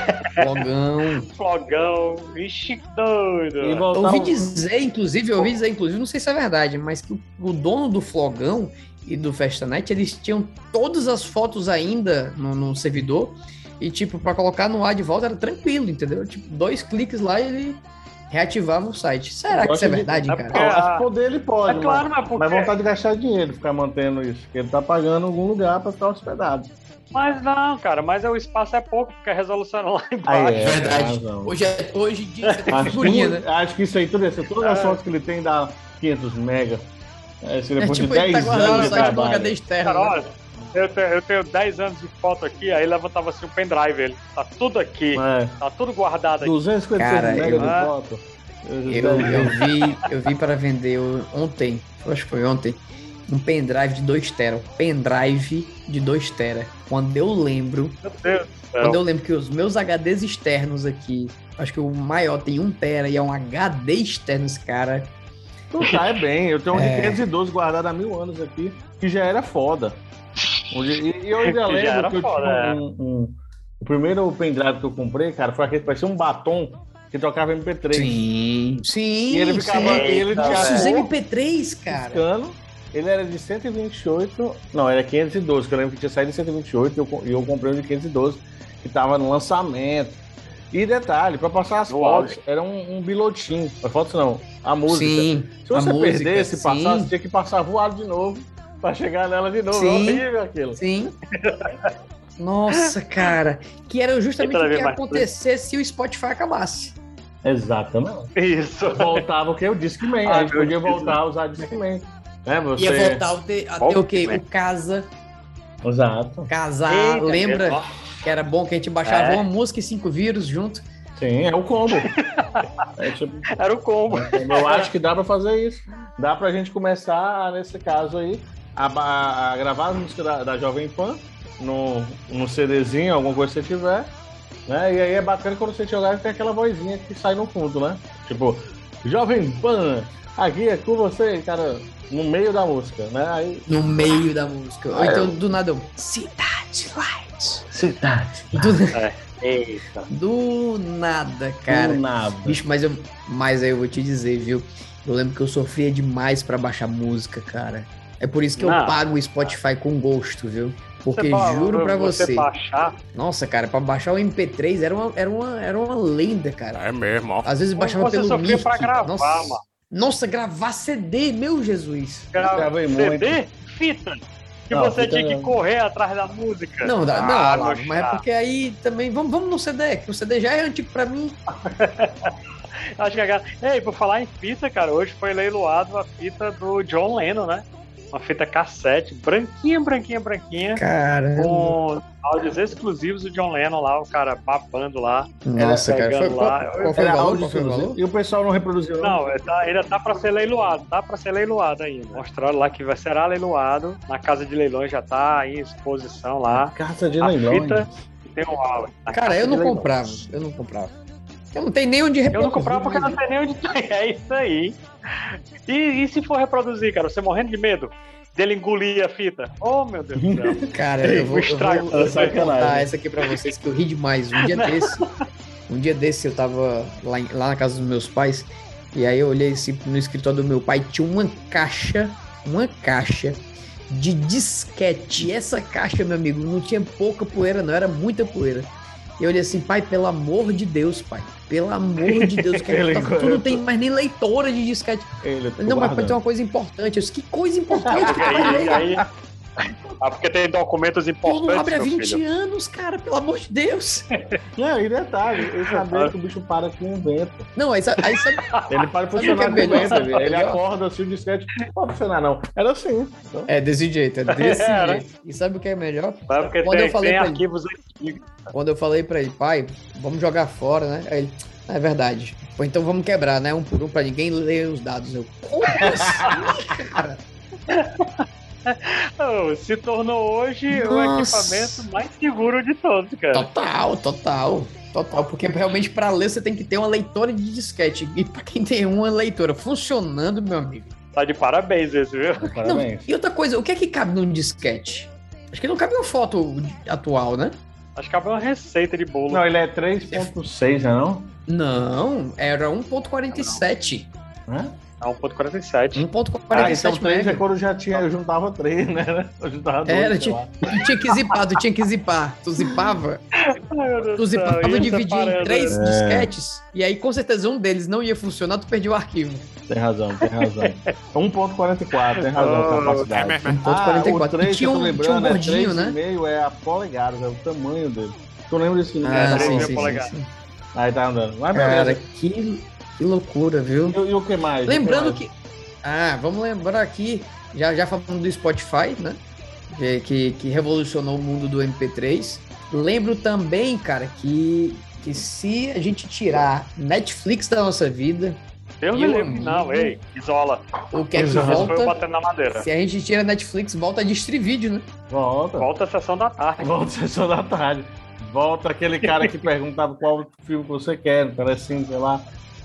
Vixe, doido. Eu ouvi dizer, inclusive, não sei se é verdade, mas que o dono do Flogão e do Festanet, eles tinham todas as fotos ainda no servidor e, tipo, pra colocar no ar de volta era tranquilo, entendeu? Tipo, 2 cliques lá e ele reativava o site. Será que isso é verdade, cara? Acho que poder ele pode, claro, mas vontade de gastar dinheiro ficar mantendo isso, porque ele tá pagando algum lugar pra ficar hospedado. Mas não, cara, o espaço é pouco, porque a resolução é lá embaixo. É verdade. Hoje em dia você tem figurinha, né? Acho que isso aí, todas as fotos que ele tem dá 500 mega. Se depois tipo, de ele 10 tá guardando anos, o site do HD externo. Cara, olha, eu tenho 10 anos de foto aqui, aí levantava assim o pendrive, ele tá tudo aqui, tá tudo guardado aqui. 256 mega de foto. Eu vi para vender ontem, acho que foi ontem, um pendrive de 2 tera. Pendrive de 2 tera. Quando eu lembro que os meus HDs externos aqui, acho que o maior tem 1 tera e é um HD externo, esse cara. É bem, eu tenho um de 512 guardado há 1000 anos aqui, que já era foda. E eu ainda lembro que eu tinha o primeiro pendrive que eu comprei, cara, foi aquele que parecia um batom que trocava MP3. Sim. E ele ficava. Os MP3, cara. Piscando. Ele era de 128. Não, era 512, que eu lembro que tinha saído de 128 e eu comprei um de 512, que tava no lançamento. E detalhe, pra passar as fotos, era um bilotinho. As fotos não, a música. Sim, se você perdesse e passasse, tinha que passar voado de novo pra chegar nela de novo. Sim, horrível aquilo. Sim. Nossa, cara. Que era justamente o que ia acontecer se o Spotify acabasse. Exatamente. Isso. Voltava o que? O Discman. A gente podia voltar a usar Discman. Né, você... Ia voltar a ter o quê? O Casa. Exato. Casar. Eita, lembra que era bom que a gente baixava uma música e 5 vírus junto? Sim, é o combo. Era o combo. Eu acho que dá pra fazer isso. Dá pra gente começar, nesse caso aí, a gravar as músicas da Jovem Pan no CDzinho, alguma coisa que você tiver. Né? E aí é bacana quando você jogar e tem aquela vozinha que sai no fundo, né? Tipo, Jovem Pan, aqui é com você, cara, no meio da música, né? Aí... No meio da música. Ou então, do nada, Cidade Light. Cidade. Eita. Do nada, cara. Do nada. Bicho, mas aí eu vou te dizer, viu? Eu lembro que eu sofria demais pra baixar música, cara. É por isso que eu pago o Spotify com gosto, viu? Porque juro pra você. Baixar? Nossa, cara, pra baixar o MP3 era uma lenda, cara. É mesmo, ó. Às vezes baixava pelo Mirk. Pra gravar, mano. Nossa, gravar CD, meu Jesus. Gravei muito. CD? Fita. Que você tinha que correr atrás da música. Não, mas é porque aí também... Vamos no CD, que o CD já é antigo pra mim. Acho que Ei, por falar em fita, cara, hoje foi leiloado a fita do John Lennon, né? Uma fita cassete, branquinha. Caramba. Com áudios exclusivos do John Lennon lá, o cara babando lá. Nossa, cara. Qual foi o valor? E o pessoal não reproduziu? Não, ainda tá pra ser leiloado. Tá pra ser leiloado ainda. Mostraram lá que será leiloado. Na casa de leilões já tá em exposição lá. Casa de leilões? Fita tem um áudio. Cara, eu não comprava. Eu não tenho nem onde reproduzir. Eu não comprava porque não tem nem onde tem. É isso aí. E se for reproduzir, cara, você morrendo de medo dele engolir a fita? Oh, meu Deus do céu. Cara, eu vou contar essa aqui pra vocês que eu ri demais. Um dia desse eu tava lá na casa dos meus pais e aí eu olhei assim no escritório do meu pai, tinha uma caixa de disquete. Essa caixa, meu amigo, não tinha pouca poeira não, era muita poeira. E eu olhei assim, pai, pelo amor de Deus, pai. Pelo amor de Deus, que tu não tem mais nem leitora de disquete. Não, mas pode ter uma coisa importante. Eu disse, que coisa importante que aí, porque tem documentos importantes. Tu não abre há 20 anos, cara, pelo amor de Deus. Não, e detalhe, ele sabia que o bicho para com o vento. Não, aí sabe... Ele para de funcionar com o vento. Ele acorda assim, o disquete não pode funcionar, não. Era assim. Então. É desse jeito, jeito. E sabe o que é melhor? Sabe porque tem arquivos antigos. Quando eu falei pra ele, pai, vamos jogar fora, né? Aí ele, é verdade. Pô, então vamos quebrar, né? Um por um pra ninguém ler os dados. Eu, como assim, cara? Se tornou hoje o equipamento mais seguro de todos, cara. Total. Porque realmente pra ler você tem que ter uma leitora de disquete. E pra quem tem uma leitora funcionando, meu amigo. Tá de parabéns esse, viu? Não, e outra coisa, o que é que cabe num disquete? Acho que não cabe uma foto atual, né? Acho que cabe uma receita de bolo. Não, ele é 3.6, não? Não, era 1.47. Hã? 1.47. 1.47 então 3 é quando eu juntava 3, né? Eu juntava 2, era, tu tinha que zipar. Tu zipava? Tu zipava e dividia em 3 disquetes, e aí com certeza um deles não ia funcionar, tu perdia o arquivo. Tem razão. 1.44, tem razão, capacidade. 1.44. E tinha um gordinho, né? 3,5 é a polegadas, é o tamanho dele. Tu lembra desse número? Sim. Aí tá andando. Mas cara, que loucura, viu? E o que mais? Lembrando que... vamos lembrar aqui, já falando do Spotify, né? Que revolucionou o mundo do MP3. Lembro também, cara, que se a gente tirar Netflix da nossa vida... Eu me lembro, não, isola. O que é que volta? Foi batendo na madeira. Se a gente tira Netflix, volta a Distrivídeo, né? Volta a Sessão da Tarde. Volta aquele cara que perguntava qual filme que você quer, no Telecine, sei lá.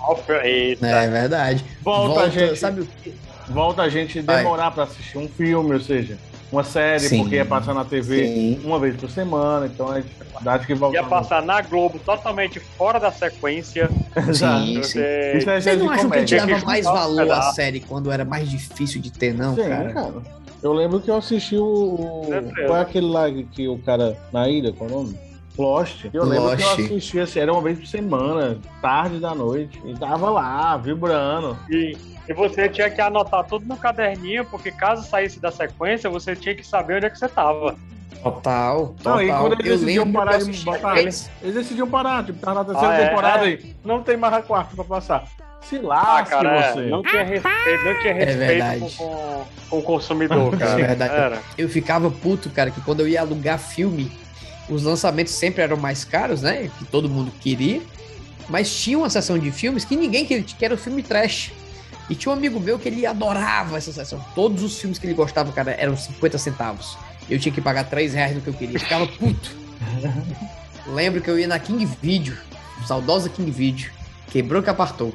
É verdade. Volta a gente, sabe o que? Volta a gente demorar pra assistir um filme, ou seja, uma série, porque ia passar na TV uma vez por semana, então é dificuldade que volta. Ia passar na Globo totalmente fora da sequência. Sim. Vocês não acham que a gente dava mais valor à série quando era mais difícil de ter, não, cara? Eu lembro que eu assisti qual é aquele lá que o cara na ilha, qual é o nome? Lost. Eu lembro que eu assistia assim, era uma vez por semana, tarde da noite, e tava lá, vibrando. E você tinha que anotar tudo no caderninho, porque caso saísse da sequência, você tinha que saber onde é que você tava. Total. Não, e quando eles decidiam parar de botar, eles decidiam parar, tipo, tava na terceira temporada aí, não tem mais a quarta pra passar. Se lasque você. Não tinha respeito com o consumidor, cara. É verdade. Eu ficava puto, cara, que quando eu ia alugar filme, os lançamentos sempre eram mais caros, né? Que todo mundo queria. Mas tinha uma seção de filmes que ninguém queria, que era o filme trash. E tinha um amigo meu que ele adorava essa seção. Todos os filmes que ele gostava, cara, eram 50 centavos. Eu tinha que pagar R$3 no que eu queria. Eu ficava puto. Lembro que eu ia na King Video, saudosa King Video. Quebrou que apartou.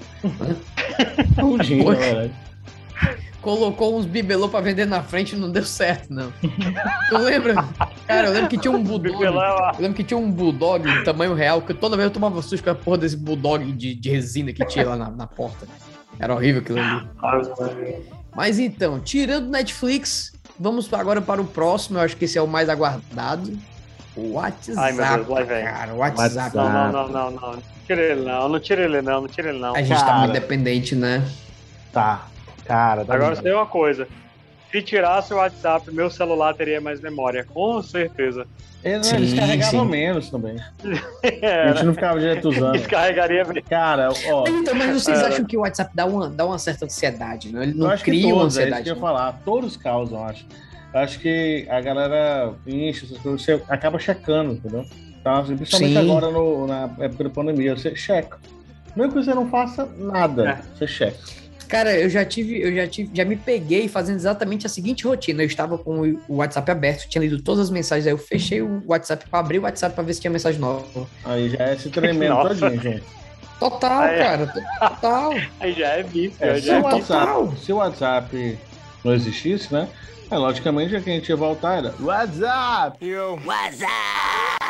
Colocou uns bibelô pra vender na frente e não deu certo, não. Tu lembra? Cara, eu lembro que tinha um bulldog. Eu lembro que tinha um bulldog de tamanho real, que toda vez eu tomava susto com a porra desse bulldog de resina que tinha lá na porta. Era horrível aquilo ali. Mas então, tirando Netflix, vamos agora para o próximo. Eu acho que esse é o mais aguardado. O WhatsApp. Ai, meu Deus, lá vem. Cara, o WhatsApp. Não. Não tira ele não. A gente tá muito dependente, né? Tá. Cara, agora tem uma coisa. Se tirasse o WhatsApp, meu celular teria mais memória, com certeza. Eles carregavam menos também. A gente não ficava direto usando. Descarregaria bem. Cara, mas vocês acham que o WhatsApp dá uma certa ansiedade, né? Ele não cria uma ansiedade. É isso que eu ia falar. Todos causam, acho. Acho que a galera enche essas coisas, você acaba checando, entendeu? Então, principalmente agora na época da pandemia, você checa. Mesmo que você não faça nada, você checa. Cara, eu já me peguei fazendo exatamente a seguinte rotina. Eu estava com o WhatsApp aberto, tinha lido todas as mensagens, aí eu fechei o WhatsApp pra abrir o WhatsApp pra ver se tinha mensagem nova. Aí já é esse tremendo todinho, gente. Total, cara, total. Aí já é vício, Se o WhatsApp não existisse, né? Logicamente, a que a gente ia voltar era WhatsApp! WhatsApp!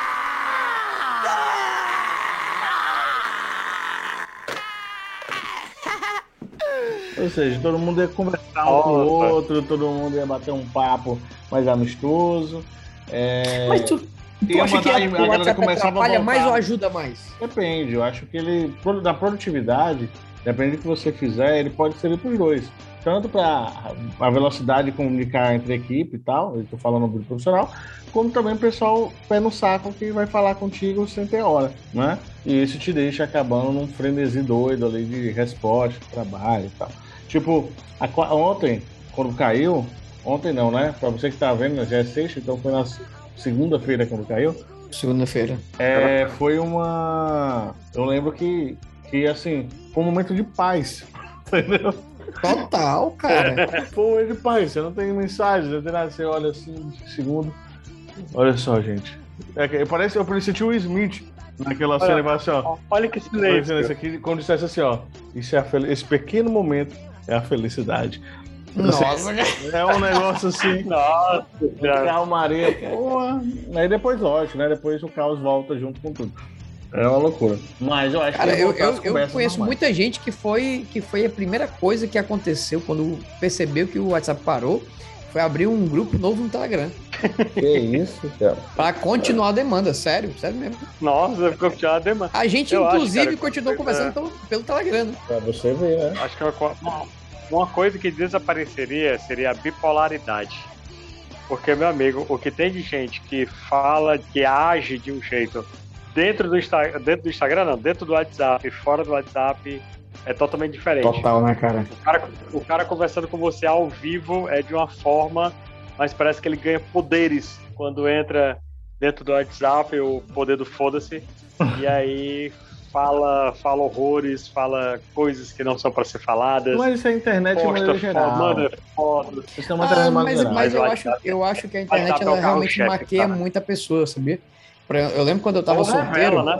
Ou seja, todo mundo ia conversar um com o outro, todo mundo ia bater um papo mais amistoso. Mas Tu acha que o WhatsApp atrapalha mais ou ajuda mais? Depende, eu acho que ele, da produtividade, depende do que você fizer, ele pode servir para os dois. Tanto para a velocidade de comunicar entre a equipe e tal, eu estou falando do profissional, como também o pessoal pé no saco que vai falar contigo sem ter hora, né? E isso te deixa acabando num frenesi doido ali de resposta, trabalho e tal. Tipo, ontem, quando caiu, ontem não, né? Para você que tá vendo, já é sexta, então foi na segunda-feira quando caiu. Segunda-feira. Foi uma... Eu lembro que assim, foi um momento de paz, entendeu? Total, cara. Foi um momento de paz, você não tem mensagem, não tem nada, você olha assim, segundo. Olha só, gente. Parece eu senti o Smith naquela cena, assim, ó. Olha que silêncio. Isso aqui, quando dissesse assim, ó, esse pequeno momento é a felicidade. Nossa, é um negócio assim. Nossa, calmaria, porra. Aí depois, lógico, né? Depois o caos volta junto com tudo. É uma loucura. Mas eu acho que eu normais. conheço muita gente que foi a primeira coisa que aconteceu quando percebeu que o WhatsApp parou, foi abrir um grupo novo no Telegram. Que isso, cara? Pra continuar a demanda, sério mesmo. Nossa, continuar a demanda. A gente, inclusive, continuou conversando pelo Telegram, né? Pra você ver, né? Acho que uma coisa que desapareceria seria a bipolaridade. Porque, meu amigo, o que tem de gente que fala, que age de um jeito dentro do Instagram, não, dentro do WhatsApp, fora do WhatsApp, é totalmente diferente. Total, né, cara? O cara conversando com você ao vivo é de uma forma, mas parece que ele ganha poderes quando entra dentro do WhatsApp, o poder do foda-se, e aí fala horrores, fala coisas que não são pra ser faladas. Mas isso é a internet de maneira geral. Mano, é foda. Isso é uma mas eu acho que a internet ela realmente maqueia muita pessoa, sabia? Eu lembro quando eu tava solteiro, né?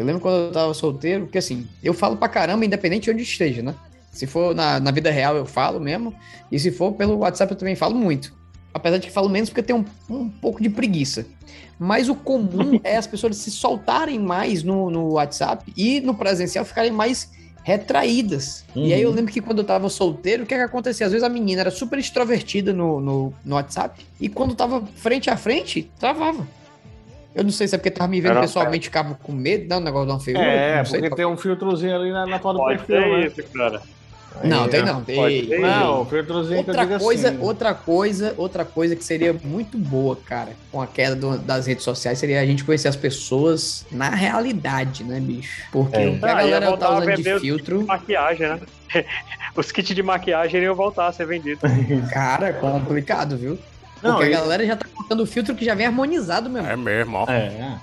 Porque assim, eu falo pra caramba, independente de onde esteja, né? Se for na vida real, eu falo mesmo. E se for pelo WhatsApp, eu também falo muito. Apesar de que falo menos porque eu tenho um pouco de preguiça. Mas o comum é as pessoas se soltarem mais no WhatsApp e no presencial ficarem mais retraídas. E aí eu lembro que quando eu tava solteiro, o que acontecia? Às vezes a menina era super extrovertida no WhatsApp e quando tava frente a frente, travava. Eu não sei se é porque tava me vendo pessoalmente, ficava com medo, não, o negócio de uma feiura. Porque tem um filtrozinho ali na foto do perfil, né? Isso, cara. Não, tem não. Não, o filtrozinho que eu digo assim. Outra coisa que seria muito boa, cara, com a queda das redes sociais, seria a gente conhecer as pessoas na realidade, né, bicho? Porque o que a galera tá usando de filtro... De maquiagem, né? Os kits de maquiagem iriam voltar a ser vendidos. Cara, complicado, viu? Porque a galera já tá botando o filtro que já vem harmonizado mesmo. É mesmo, ó.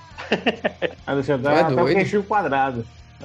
Deixa eu dar até o queixinho quadrado.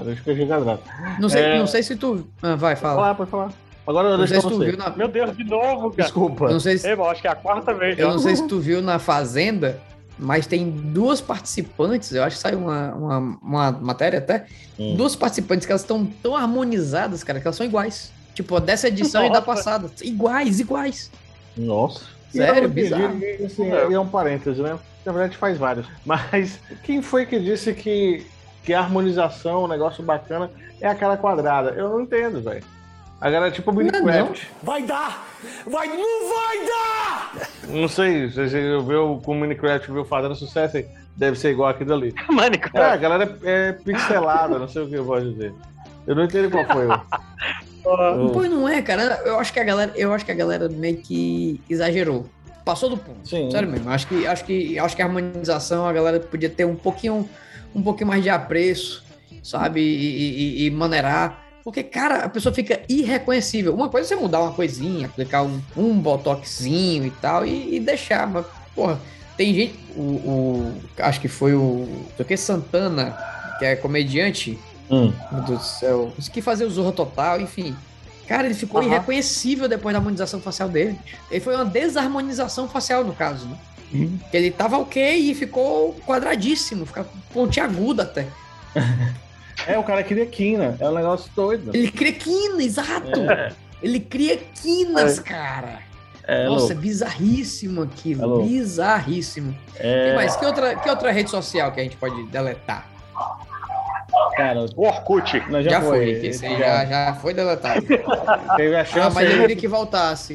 Não sei se tu... vai, fala. Pode falar. Agora eu deixo pra você. Meu Deus, de novo, cara. Desculpa. Não sei se... Eu acho que é a quarta vez. Eu não sei se tu viu na Fazenda, mas tem duas participantes, eu acho que saiu uma matéria até, duas participantes que elas estão tão harmonizadas, cara, que elas são iguais. Tipo, dessa edição e da passada. Iguais. Nossa. Sério, bizarro. Assim, é um parêntese, né? Na verdade faz vários. Mas quem foi que disse que a harmonização, um negócio bacana, é aquela quadrada? Eu não entendo, velho. A galera é tipo o Minecraft. Vai dar! Não vai dar! Não sei, se você viu com o Minecraft, viu fazendo sucesso, deve ser igual aquilo ali. Minecraft. A galera é pixelada, não sei o que eu vou dizer. Eu não entendo qual foi. Pois não é, cara. Eu acho que a galera meio que exagerou. Passou do ponto. Sim. Sério mesmo. Acho que a harmonização a galera podia ter um pouquinho mais de apreço, sabe? E maneirar. Porque, cara, a pessoa fica irreconhecível. Uma coisa é você mudar uma coisinha, aplicar um botoxinho e tal e deixar. Mas, porra, tem gente... acho que foi o Santana, que é comediante. Meu Deus do céu. Isso que fazia o Zorra Total, enfim. Cara, ele ficou irreconhecível depois da harmonização facial dele. Ele foi uma desarmonização facial, no caso, né? Ele tava ok e ficou quadradíssimo, ficava pontiagudo até. O cara cria quina, é um negócio doido. Ele cria quina, exato! Ele cria quinas, cara. Nossa, é bizarríssimo aquilo, bizarríssimo. Mas que outra rede social que a gente pode deletar? Cara, o Orkut. Já foi deletado. Teve a chance mas eu queria que voltasse.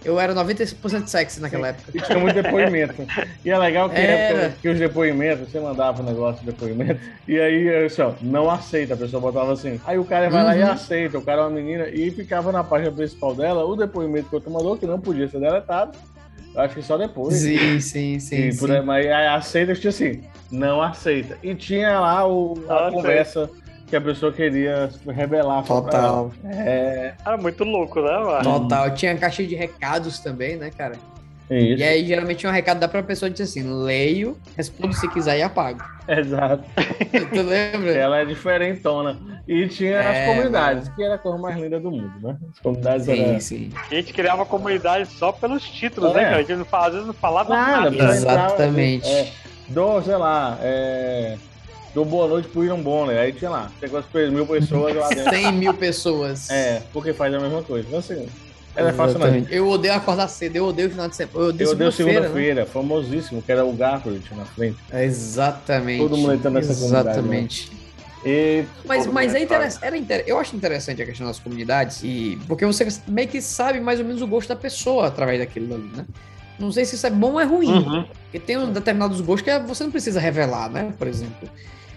Eu era 90% sexy naquela época. E tinha muito depoimento. E é legal que os depoimentos, você mandava um negócio de depoimento, e aí, assim, ó, não aceita, a pessoa botava assim. Aí o cara vai lá e aceita, o cara é uma menina, e ficava na página principal dela o depoimento que o outro mandou, que não podia ser deletado. Eu acho que só depois. Sim. Mas aí aceita, tinha assim, não aceita. E tinha lá a conversa que a pessoa queria revelar. Total. Era muito louco, né, mano? Total. Tinha caixa de recados também, né, cara? Isso. E aí, geralmente, tinha um recado da própria pessoa que disse assim, leio, respondo se quiser e apago. Exato. Tu lembra? Ela é diferentona. E tinha as comunidades, que era a coisa mais linda do mundo, né? As comunidades sim. A gente criava comunidade só pelos títulos, né, cara? A gente às vezes não falava nada. Exatamente. Sei lá, dou boa noite pro William Bonner. Aí tinha lá, tem quantas 1.000 pessoas lá dentro. 100 mil pessoas. Porque faz a mesma coisa. Então, assim, ela é fácil mesmo. Eu odeio acordar cedo, eu odeio o final de semana. Eu odeio segunda-feira, né? famosíssimo, que era o Garfield na frente. Exatamente. Todo mundo entrando nessa comunidade. Exatamente. Né? Mas eu acho interessante a questão das comunidades, porque você meio que sabe mais ou menos o gosto da pessoa através daquilo ali, né? Não sei se isso é bom ou é ruim. Porque tem determinados gostos que você não precisa revelar, né? Por exemplo.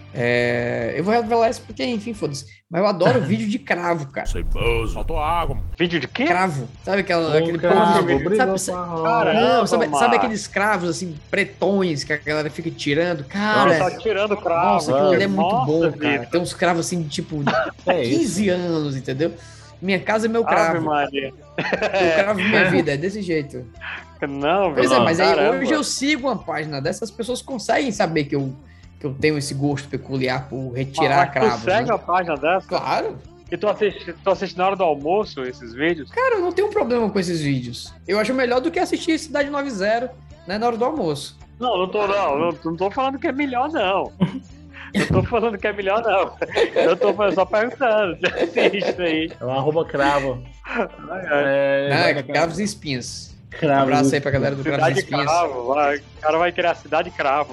Eu vou revelar isso porque, enfim, foda-se. Mas eu adoro vídeo de cravo, cara. Ceboso, faltou água. Vídeo de quê? Cravo. Sabe aquele cravo? Sabe aqueles cravos, assim, pretões que a galera fica tirando? Cara, tá tirando cravo. Nossa, aquilo ali é muito bom, cara. Tem uns cravos, assim, tipo, 15 anos, entendeu? Minha casa é meu cravo. Maria. Eu cravo minha vida, é desse jeito. Não, pois é, mas aí hoje eu sigo uma página dessas, pessoas conseguem saber que eu tenho esse gosto peculiar por retirar cravos. Tu segue a página dessa? Claro. E tu assiste na hora do almoço esses vídeos? Cara, eu não tenho problema com esses vídeos. Eu acho melhor do que assistir Cidade 90, né, na hora do almoço. Não tô falando que é melhor, não. Não tô falando que é melhor, não. Eu tô só perguntando. Assiste aí. É uma @cravo. Cravos e espinhas. Cravo. Um abraço aí pra galera do Cravos e Espinhas. Cravo. O cara vai criar a Cidade Cravo.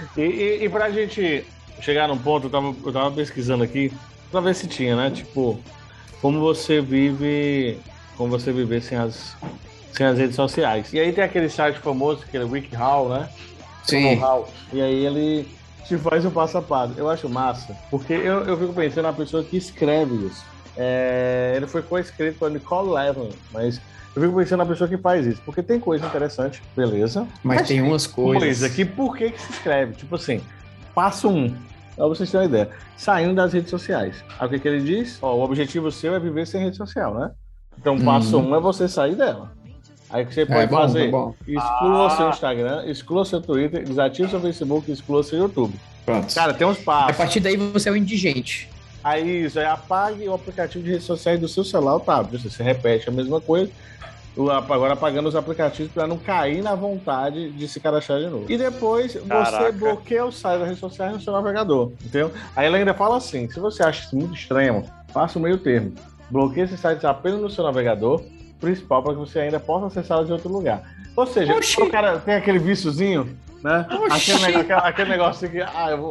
E pra gente chegar num ponto, eu tava pesquisando aqui pra ver se tinha, né? Tipo, como você viver sem as redes sociais. E aí tem aquele site famoso, que é o WikiHow, né? Sim. E aí ele te faz o passo a passo. Eu acho massa, porque eu fico pensando na pessoa que escreve isso. Ele foi co-escrito por Nicole Levin, mas eu fico pensando na pessoa que faz isso, porque tem coisa interessante, beleza. Mas tem umas coisas. Que por que se escreve? Tipo assim, passo 1, pra vocês terem uma ideia, saindo das redes sociais. Aí o que ele diz? O objetivo seu é viver sem rede social, né? Então passo 1 é você sair dela. Aí o que você pode fazer? Exclua seu Instagram, exclua seu Twitter, desative seu Facebook, exclua seu YouTube. Pronto. Cara, tem uns passos. A partir daí você é um indigente. Aí apague o aplicativo de redes sociais do seu celular ou tablet. Você repete a mesma coisa, agora apagando os aplicativos para não cair na vontade de se cadastrar de novo. E depois você bloqueia o site das redes sociais no seu navegador, entendeu? Aí ela ainda fala assim, se você acha isso muito extremo, faça o meio termo. Bloqueie esses sites apenas no seu navegador principal para que você ainda possa acessá-los de outro lugar. Ou seja, o cara tem aquele viciozinho, né? Aquele negócio que,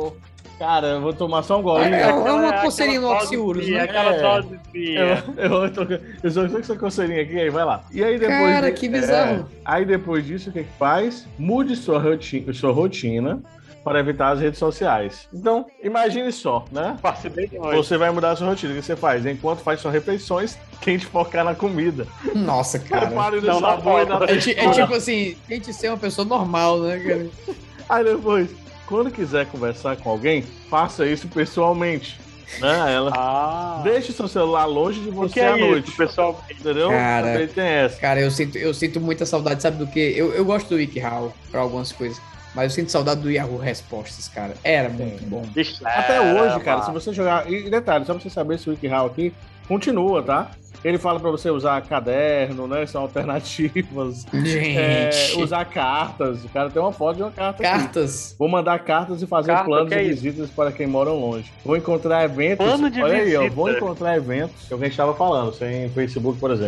eu vou tomar só um golinho. É uma coceirinha no Oxiurus, né? Aquela dosezinha. Eu só com essa coceirinha aqui, aí vai lá. E aí depois cara, que bizarro. Aí depois disso, o que faz? Mude sua rotina para evitar as redes sociais. Então, imagine só, né? Você vai mudar a sua rotina. O que você faz? Enquanto faz suas refeições, tente focar na comida. Nossa, cara. Prepare no sabor e na textura. É tipo assim, tente ser uma pessoa normal, né, cara? Aí depois, quando quiser conversar com alguém, faça isso pessoalmente. Né? Deixe seu celular longe de você à noite. Pessoal, entendeu? Cara, tem essa. Cara, eu sinto muita saudade, sabe do quê? Eu gosto do WikiHow para algumas coisas. Mas eu sinto saudade do Yahoo Respostas, cara. Era muito bom. Até hoje, cara, se você jogar... E detalhe, só pra você saber se o WikiHow aqui continua, tá? Ele fala pra você usar caderno, né? São alternativas. Gente. Usar cartas. O cara tem uma foto de uma carta Cartas. Aqui. Vou mandar cartas e fazer planos de visitas para quem mora longe. Vou encontrar eventos. Plano de olha visita. aí, ó. Vou encontrar eventos. Que a gente estava falando, sem Facebook, por exemplo.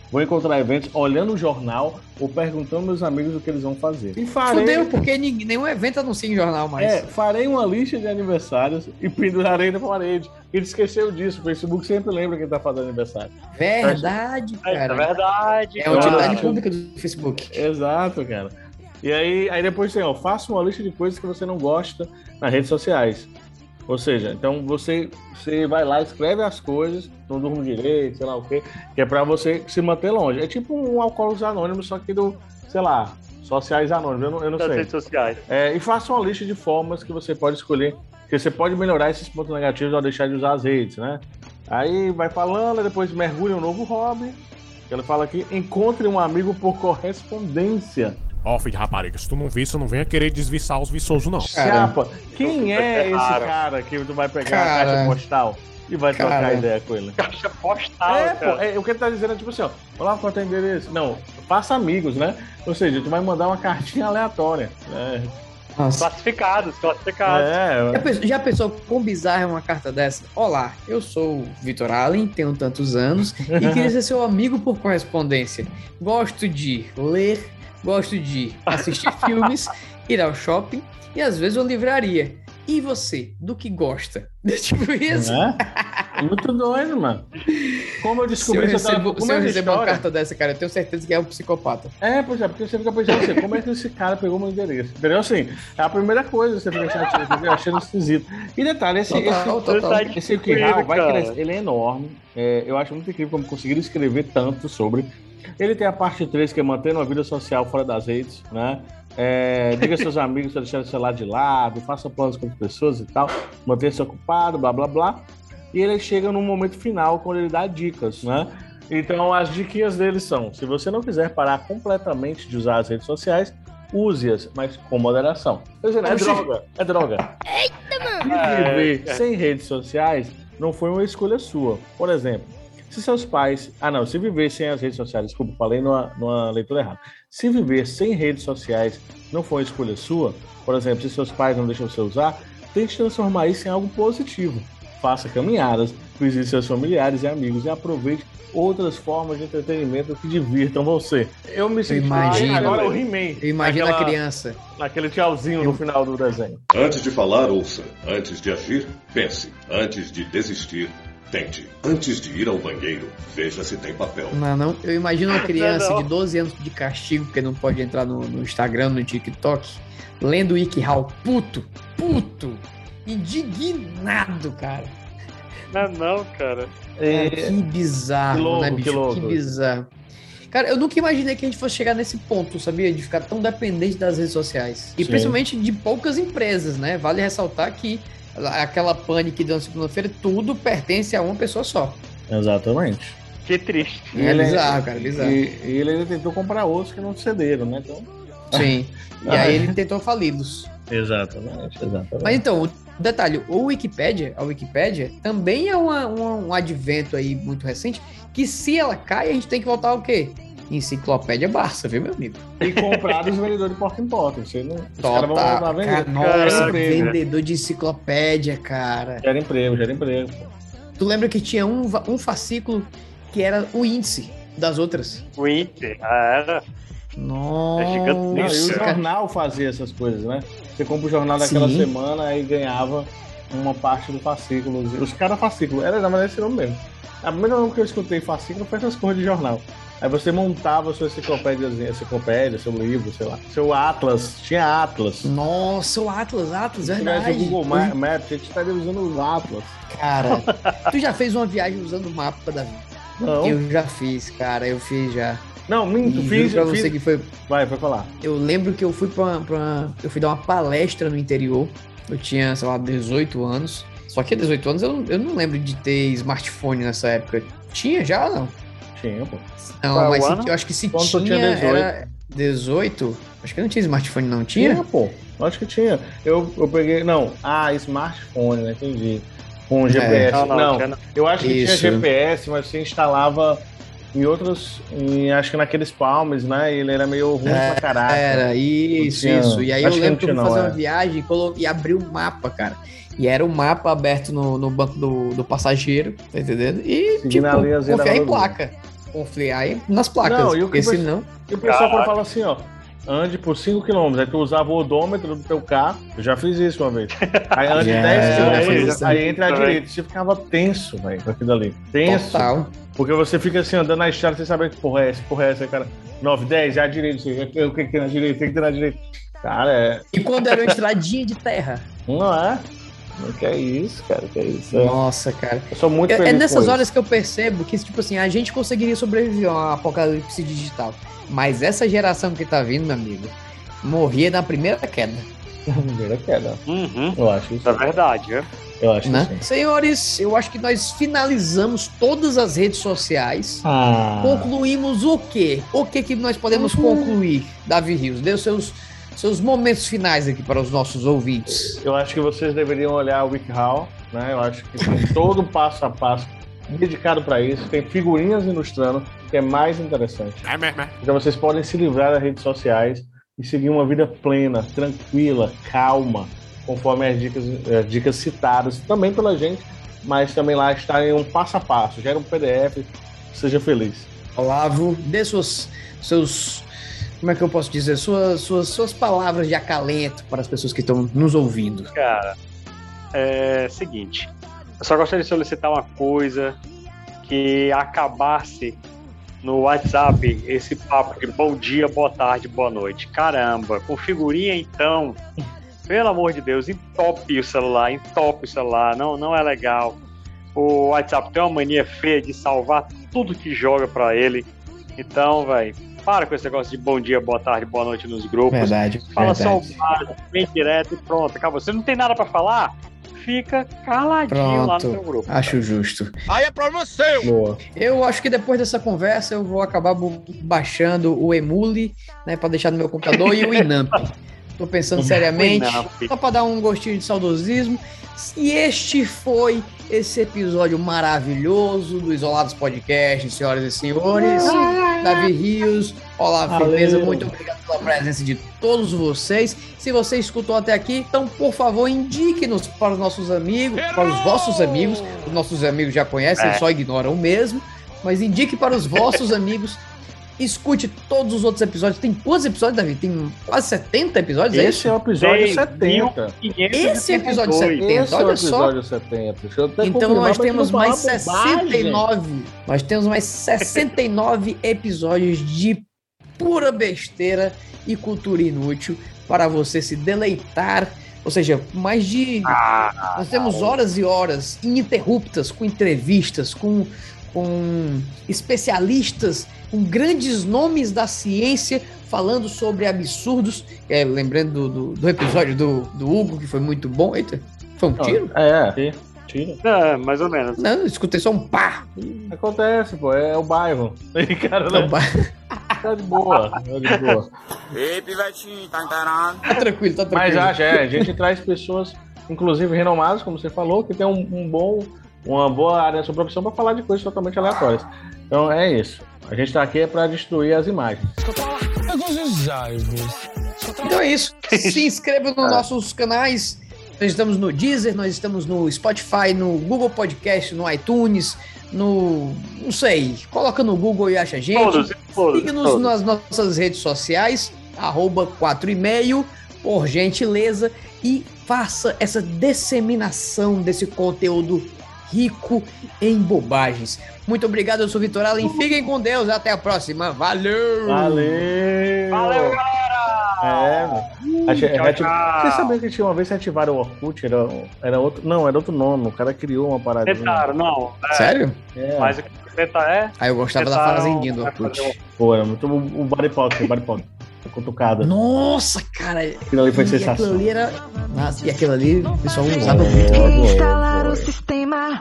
vou encontrar eventos olhando o jornal ou perguntando aos meus amigos o que eles vão fazer. E Fudeu, porque nenhum evento anuncia em jornal mais. Farei uma lista de aniversários e pendurarei na parede. Ele esqueceu disso, o Facebook sempre lembra quem tá fazendo aniversário. Verdade, cara. É verdade. É a utilidade pública do Facebook. Exato, cara. E aí depois tem, faça uma lista de coisas que você não gosta nas redes sociais. Ou seja, então você vai lá, escreve as coisas, não durmo direito, sei lá o quê, que é pra você se manter longe. É tipo um Alcoólicos Anônimos, só que sociais anônimos, eu não sei. Redes sociais. E faça uma lista de formas que você pode escolher, que você pode melhorar esses pontos negativos ao deixar de usar as redes, né? Aí vai falando, depois mergulha um novo hobby. Ele fala aqui, encontre um amigo por correspondência. Filho de rapariga, se tu não vir, você não venha querer desviçar os viçosos, não. Chapa, quem é esse cara que tu vai pegar a caixa postal e vai trocar ideia com ele? Caixa postal, o que ele tá dizendo é tipo assim, olá, quanto é o endereço? Não, faça amigos, né? Ou seja, tu vai mandar uma cartinha aleatória, né? Nossa. Classificados. Já pensou quão bizarra é uma carta dessa? Olá, eu sou o Vitor Allen, tenho tantos anos e queria ser seu amigo por correspondência. Gosto de ler, gosto de assistir filmes, ir ao shopping e às vezes uma livraria. E você, do que gosta? Tipo isso? Muito doido, mano. Como eu descobri... Se eu receber uma carta dessa, cara, eu tenho certeza que é um psicopata. Pois é, porque você fica pensando assim, como é que esse cara pegou meu endereço? Entendeu? Assim, é a primeira coisa, você fica achando esquisito. E detalhe, esse WikiHow vai crescer, ele é enorme. Eu acho muito incrível como conseguiram escrever tanto sobre... Ele tem a parte 3, que é mantendo uma vida social fora das redes, né? Diga aos seus amigos para deixar o celular de lado, faça planos com as pessoas e tal, mantenha-se ocupado, blá, blá, blá. E ele chega num momento final, quando ele dá dicas, né? Então, as diquinhas dele são, se você não quiser parar completamente de usar as redes sociais, use-as, mas com moderação. Quer dizer, é droga. Eita, mano! Viver sem redes sociais não foi uma escolha sua. Por exemplo, se seus pais... se viver sem as redes sociais... Desculpa, falei numa leitura errada. Se viver sem redes sociais não for uma escolha sua, por exemplo, se seus pais não deixam você usar, tente transformar isso em algo positivo. Faça caminhadas, visite seus familiares e amigos e aproveite outras formas de entretenimento que divirtam você. Eu me senti... Agora eu rimei. Eu imagino a criança. Naquele tchauzinho no final do desenho. Antes de falar, ouça. Antes de agir, pense. Antes de desistir, tente. Antes de ir ao banheiro, veja se tem papel. Não. Eu imagino uma criança de 12 anos de castigo, porque não pode entrar no Instagram, no TikTok, lendo o WikiHow, puto, indignado, cara. Não, cara. Que bizarro, né, bicho? Que bizarro. Cara, eu nunca imaginei que a gente fosse chegar nesse ponto, sabia? De ficar tão dependente das redes sociais. E principalmente de poucas empresas, né? Vale ressaltar que aquela pane que deu na segunda-feira, tudo pertence a uma pessoa só. Exatamente. Que triste. Bizarro, cara, bizarro. E ele ainda tentou comprar outros que não cederam, né? Então... Sim. E aí ele tentou fali-los. Exatamente. Mas então, o detalhe, a Wikipédia também é um advento aí muito recente, que se ela cai, a gente tem que voltar ao quê? Enciclopédia Barça, viu, meu amigo? E comprar dos vendedores de porta em porta. Você não... Os caras vão voltar a vender. Nossa, vendedor de enciclopédia, cara. Gera emprego. Tu lembra que tinha um fascículo que era o índice das outras? O índice, era... Nossa. É gigantesco. E o jornal fazia essas coisas, né? Você compra o jornal daquela semana e ganhava uma parte do fascículo. Os caras fascículo, era na verdade esse nome mesmo. A primeira nome que eu escutei fascículo foi essas coisas de jornal. Aí você montava sua enciclopédia, seu livro, sei lá. Seu Atlas, tinha Atlas. Nossa, o Atlas, verdade. O Google Maps, a gente estaria usando os Atlas. Cara, tu já fez uma viagem usando o mapa da vida? Não. Eu já fiz, cara, eu fiz. Não, minto, fiz. Pra você que foi... Vai falar. Eu lembro que eu fui eu fui dar uma palestra no interior. Eu tinha, sei lá, 18 anos. Só que há 18 anos eu não lembro de ter smartphone nessa época. Tinha já ou não? Tinha, pô. Não, mas eu acho que se tinha, era 18. Acho que não tinha smartphone, não tinha? Tinha, pô. Acho que tinha. Eu peguei... Não, smartphone, né? Entendi. Com GPS. Não. Eu acho que tinha GPS, mas você instalava... em outros, acho que naqueles Palms, né? Ele era meio ruim pra caralho. Era, isso. E aí eu lembro que eu fui fazer uma viagem e abri o mapa, cara. E era o mapa aberto no banco do passageiro, tá entendendo? E, confiar em placa. confiar aí nas placas, Não, porque senão... E o pessoal quando fala assim, ó, ande por 5 km, aí tu usava o odômetro do teu carro, eu já fiz isso uma vez. Aí ande 10 km, aí entra à direita, você ficava tenso, velho, com aquilo ali. Tenso. Total. Porque você fica assim, andando na estrada, sem saber que porra é essa, cara. 9, 10, é à direita, o que tem na direita, tem que ter na direita. Cara, é... E quando era uma estradinha de terra? Não é? Que é isso, cara, que é isso. Nossa, cara. Eu sou muito feliz. É nessas horas que eu percebo que, tipo assim, a gente conseguiria sobreviver a um apocalipse digital. Mas essa geração que tá vindo, meu amigo, morria na primeira queda. Na primeira queda. Uhum. Eu acho isso. É verdade, viu? Eu acho né? que sim. Senhores, eu acho que nós finalizamos todas as redes sociais. Concluímos o quê? O que nós podemos concluir, Davi Rios? Dê os seus momentos finais aqui para os nossos ouvintes. Eu acho que vocês deveriam olhar o WikiHow, né? Eu acho que tem todo o passo a passo dedicado para isso. Tem figurinhas ilustrando, que é mais interessante. Então vocês podem se livrar das redes sociais e seguir uma vida plena, tranquila, calma, conforme as dicas citadas, também pela gente, mas também lá está em um passo a passo. Gera um PDF, seja feliz. Olavo, dê seus como é que eu posso dizer? Suas palavras de acalento para as pessoas que estão nos ouvindo. Cara, é seguinte. Eu só gostaria de solicitar uma coisa, que acabasse no WhatsApp esse papo de bom dia, boa tarde, boa noite. Caramba, com figurinha então, pelo amor de Deus, entope o celular, não é legal. O WhatsApp tem uma mania feia de salvar tudo que joga pra ele. Então, velho, para com esse negócio de bom dia, boa tarde, boa noite nos grupos. Verdade. Fala só o básico, bem direto e pronto. Acabou. Você não tem nada pra falar? Fica caladinho lá no seu grupo. Acho justo. Aí é problema seu. Boa. Eu acho que depois dessa conversa eu vou acabar baixando o Emule, né, para deixar no meu computador e o Inamp. Tô pensando seriamente, só para dar um gostinho de saudosismo. E este foi esse episódio maravilhoso do Isolados Podcast, senhoras e senhores. Davi Rios, Olavo Firmeza, muito obrigado pela presença de todos vocês. Se você escutou até aqui, então, por favor, indique-nos para os nossos amigos, para os vossos amigos. Os nossos amigos já conhecem, só ignoram mesmo. Mas indique para os vossos amigos. Escute todos os outros episódios. Tem quantos episódios, Davi? Tem quase 70 episódios? Esse é o episódio 70. Esse é o episódio 70, olha só. 70. Então nós temos mais 69. Nós temos mais 69 episódios de pura besteira e cultura inútil para você se deleitar. Ou seja, mais de... nós temos horas e horas ininterruptas com entrevistas, com especialistas, com grandes nomes da ciência falando sobre absurdos. Lembrando do episódio do Hugo, que foi muito bom. Eita, foi um tiro? Tiro. Mais ou menos. Não, escutei só um pá. Acontece, pô, é o bairro. Cara, né? Tá de boa. Ei, pivetinho, tá inteirado? Tá tranquilo. Mas a gente traz pessoas, inclusive renomadas, como você falou, que tem uma boa área da sua profissão para falar de coisas totalmente aleatórias. Então é isso. A gente tá aqui para destruir as imagens. Então é isso. Se inscreva nos nossos canais. Nós estamos no Deezer, nós estamos no Spotify, no Google Podcast, no iTunes, não sei. Coloca no Google e acha a gente. Siga-nos nas nossas redes sociais, @4e-mail, por gentileza, e faça essa disseminação desse conteúdo rico em bobagens. Muito obrigado, eu sou o Vitor Allen. Fiquem com Deus, até a próxima. Valeu, galera! Você sabia que tinha uma vez que ativaram o Orkut? Era outro nome. O cara criou uma parada. Não. Sério? Mas o que é? Aí eu gostava da fazendinha do Orkut. Pô, era muito o body pop. Cutucada. Nossa, cara. Aquilo ali foi sensacional. E aquilo ali o pessoal usava muito. Instalar o sistema.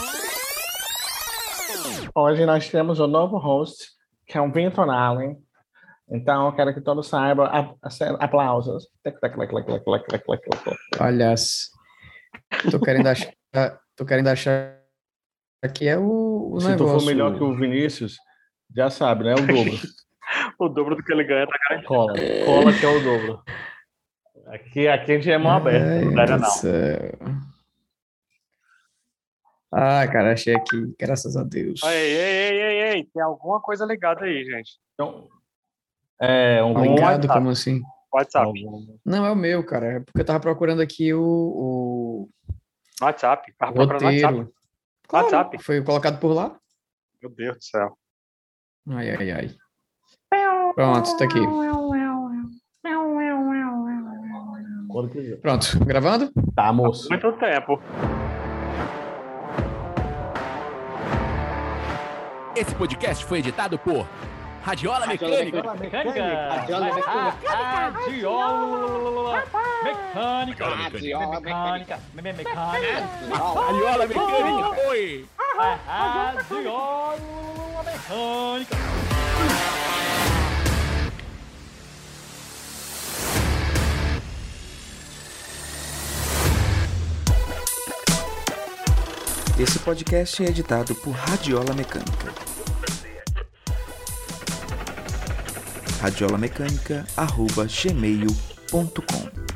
Hoje nós temos um novo host, que é o Vitor Allen. Então eu quero que todos saibam. Aplausos. Olha, tô querendo achar que é o Se negócio. tu for melhor que o Vinícius, já sabe, né? O dobro. O dobro do que ele ganha tá garantido. Cola que é o dobro. Aqui a gente é mão aberta. Não. Ah, cara, achei aqui, graças a Deus. Ei, tem alguma coisa ligada aí, gente. Então, ligado, como assim? WhatsApp. Não, é o meu, cara. É porque eu tava procurando aqui o WhatsApp. Tava procurando roteiro. Claro, WhatsApp. Foi colocado por lá? Meu Deus do céu. Ai. Pronto, tá aqui. Pronto, gravando? Tá, moço. Muito tempo. Esse podcast foi editado por Radiola Mecânica. Radiola Mecânica. Oi. Radiola Mecânica. Esse podcast é editado por Radiola Mecânica. radiolamecânica@gmail.com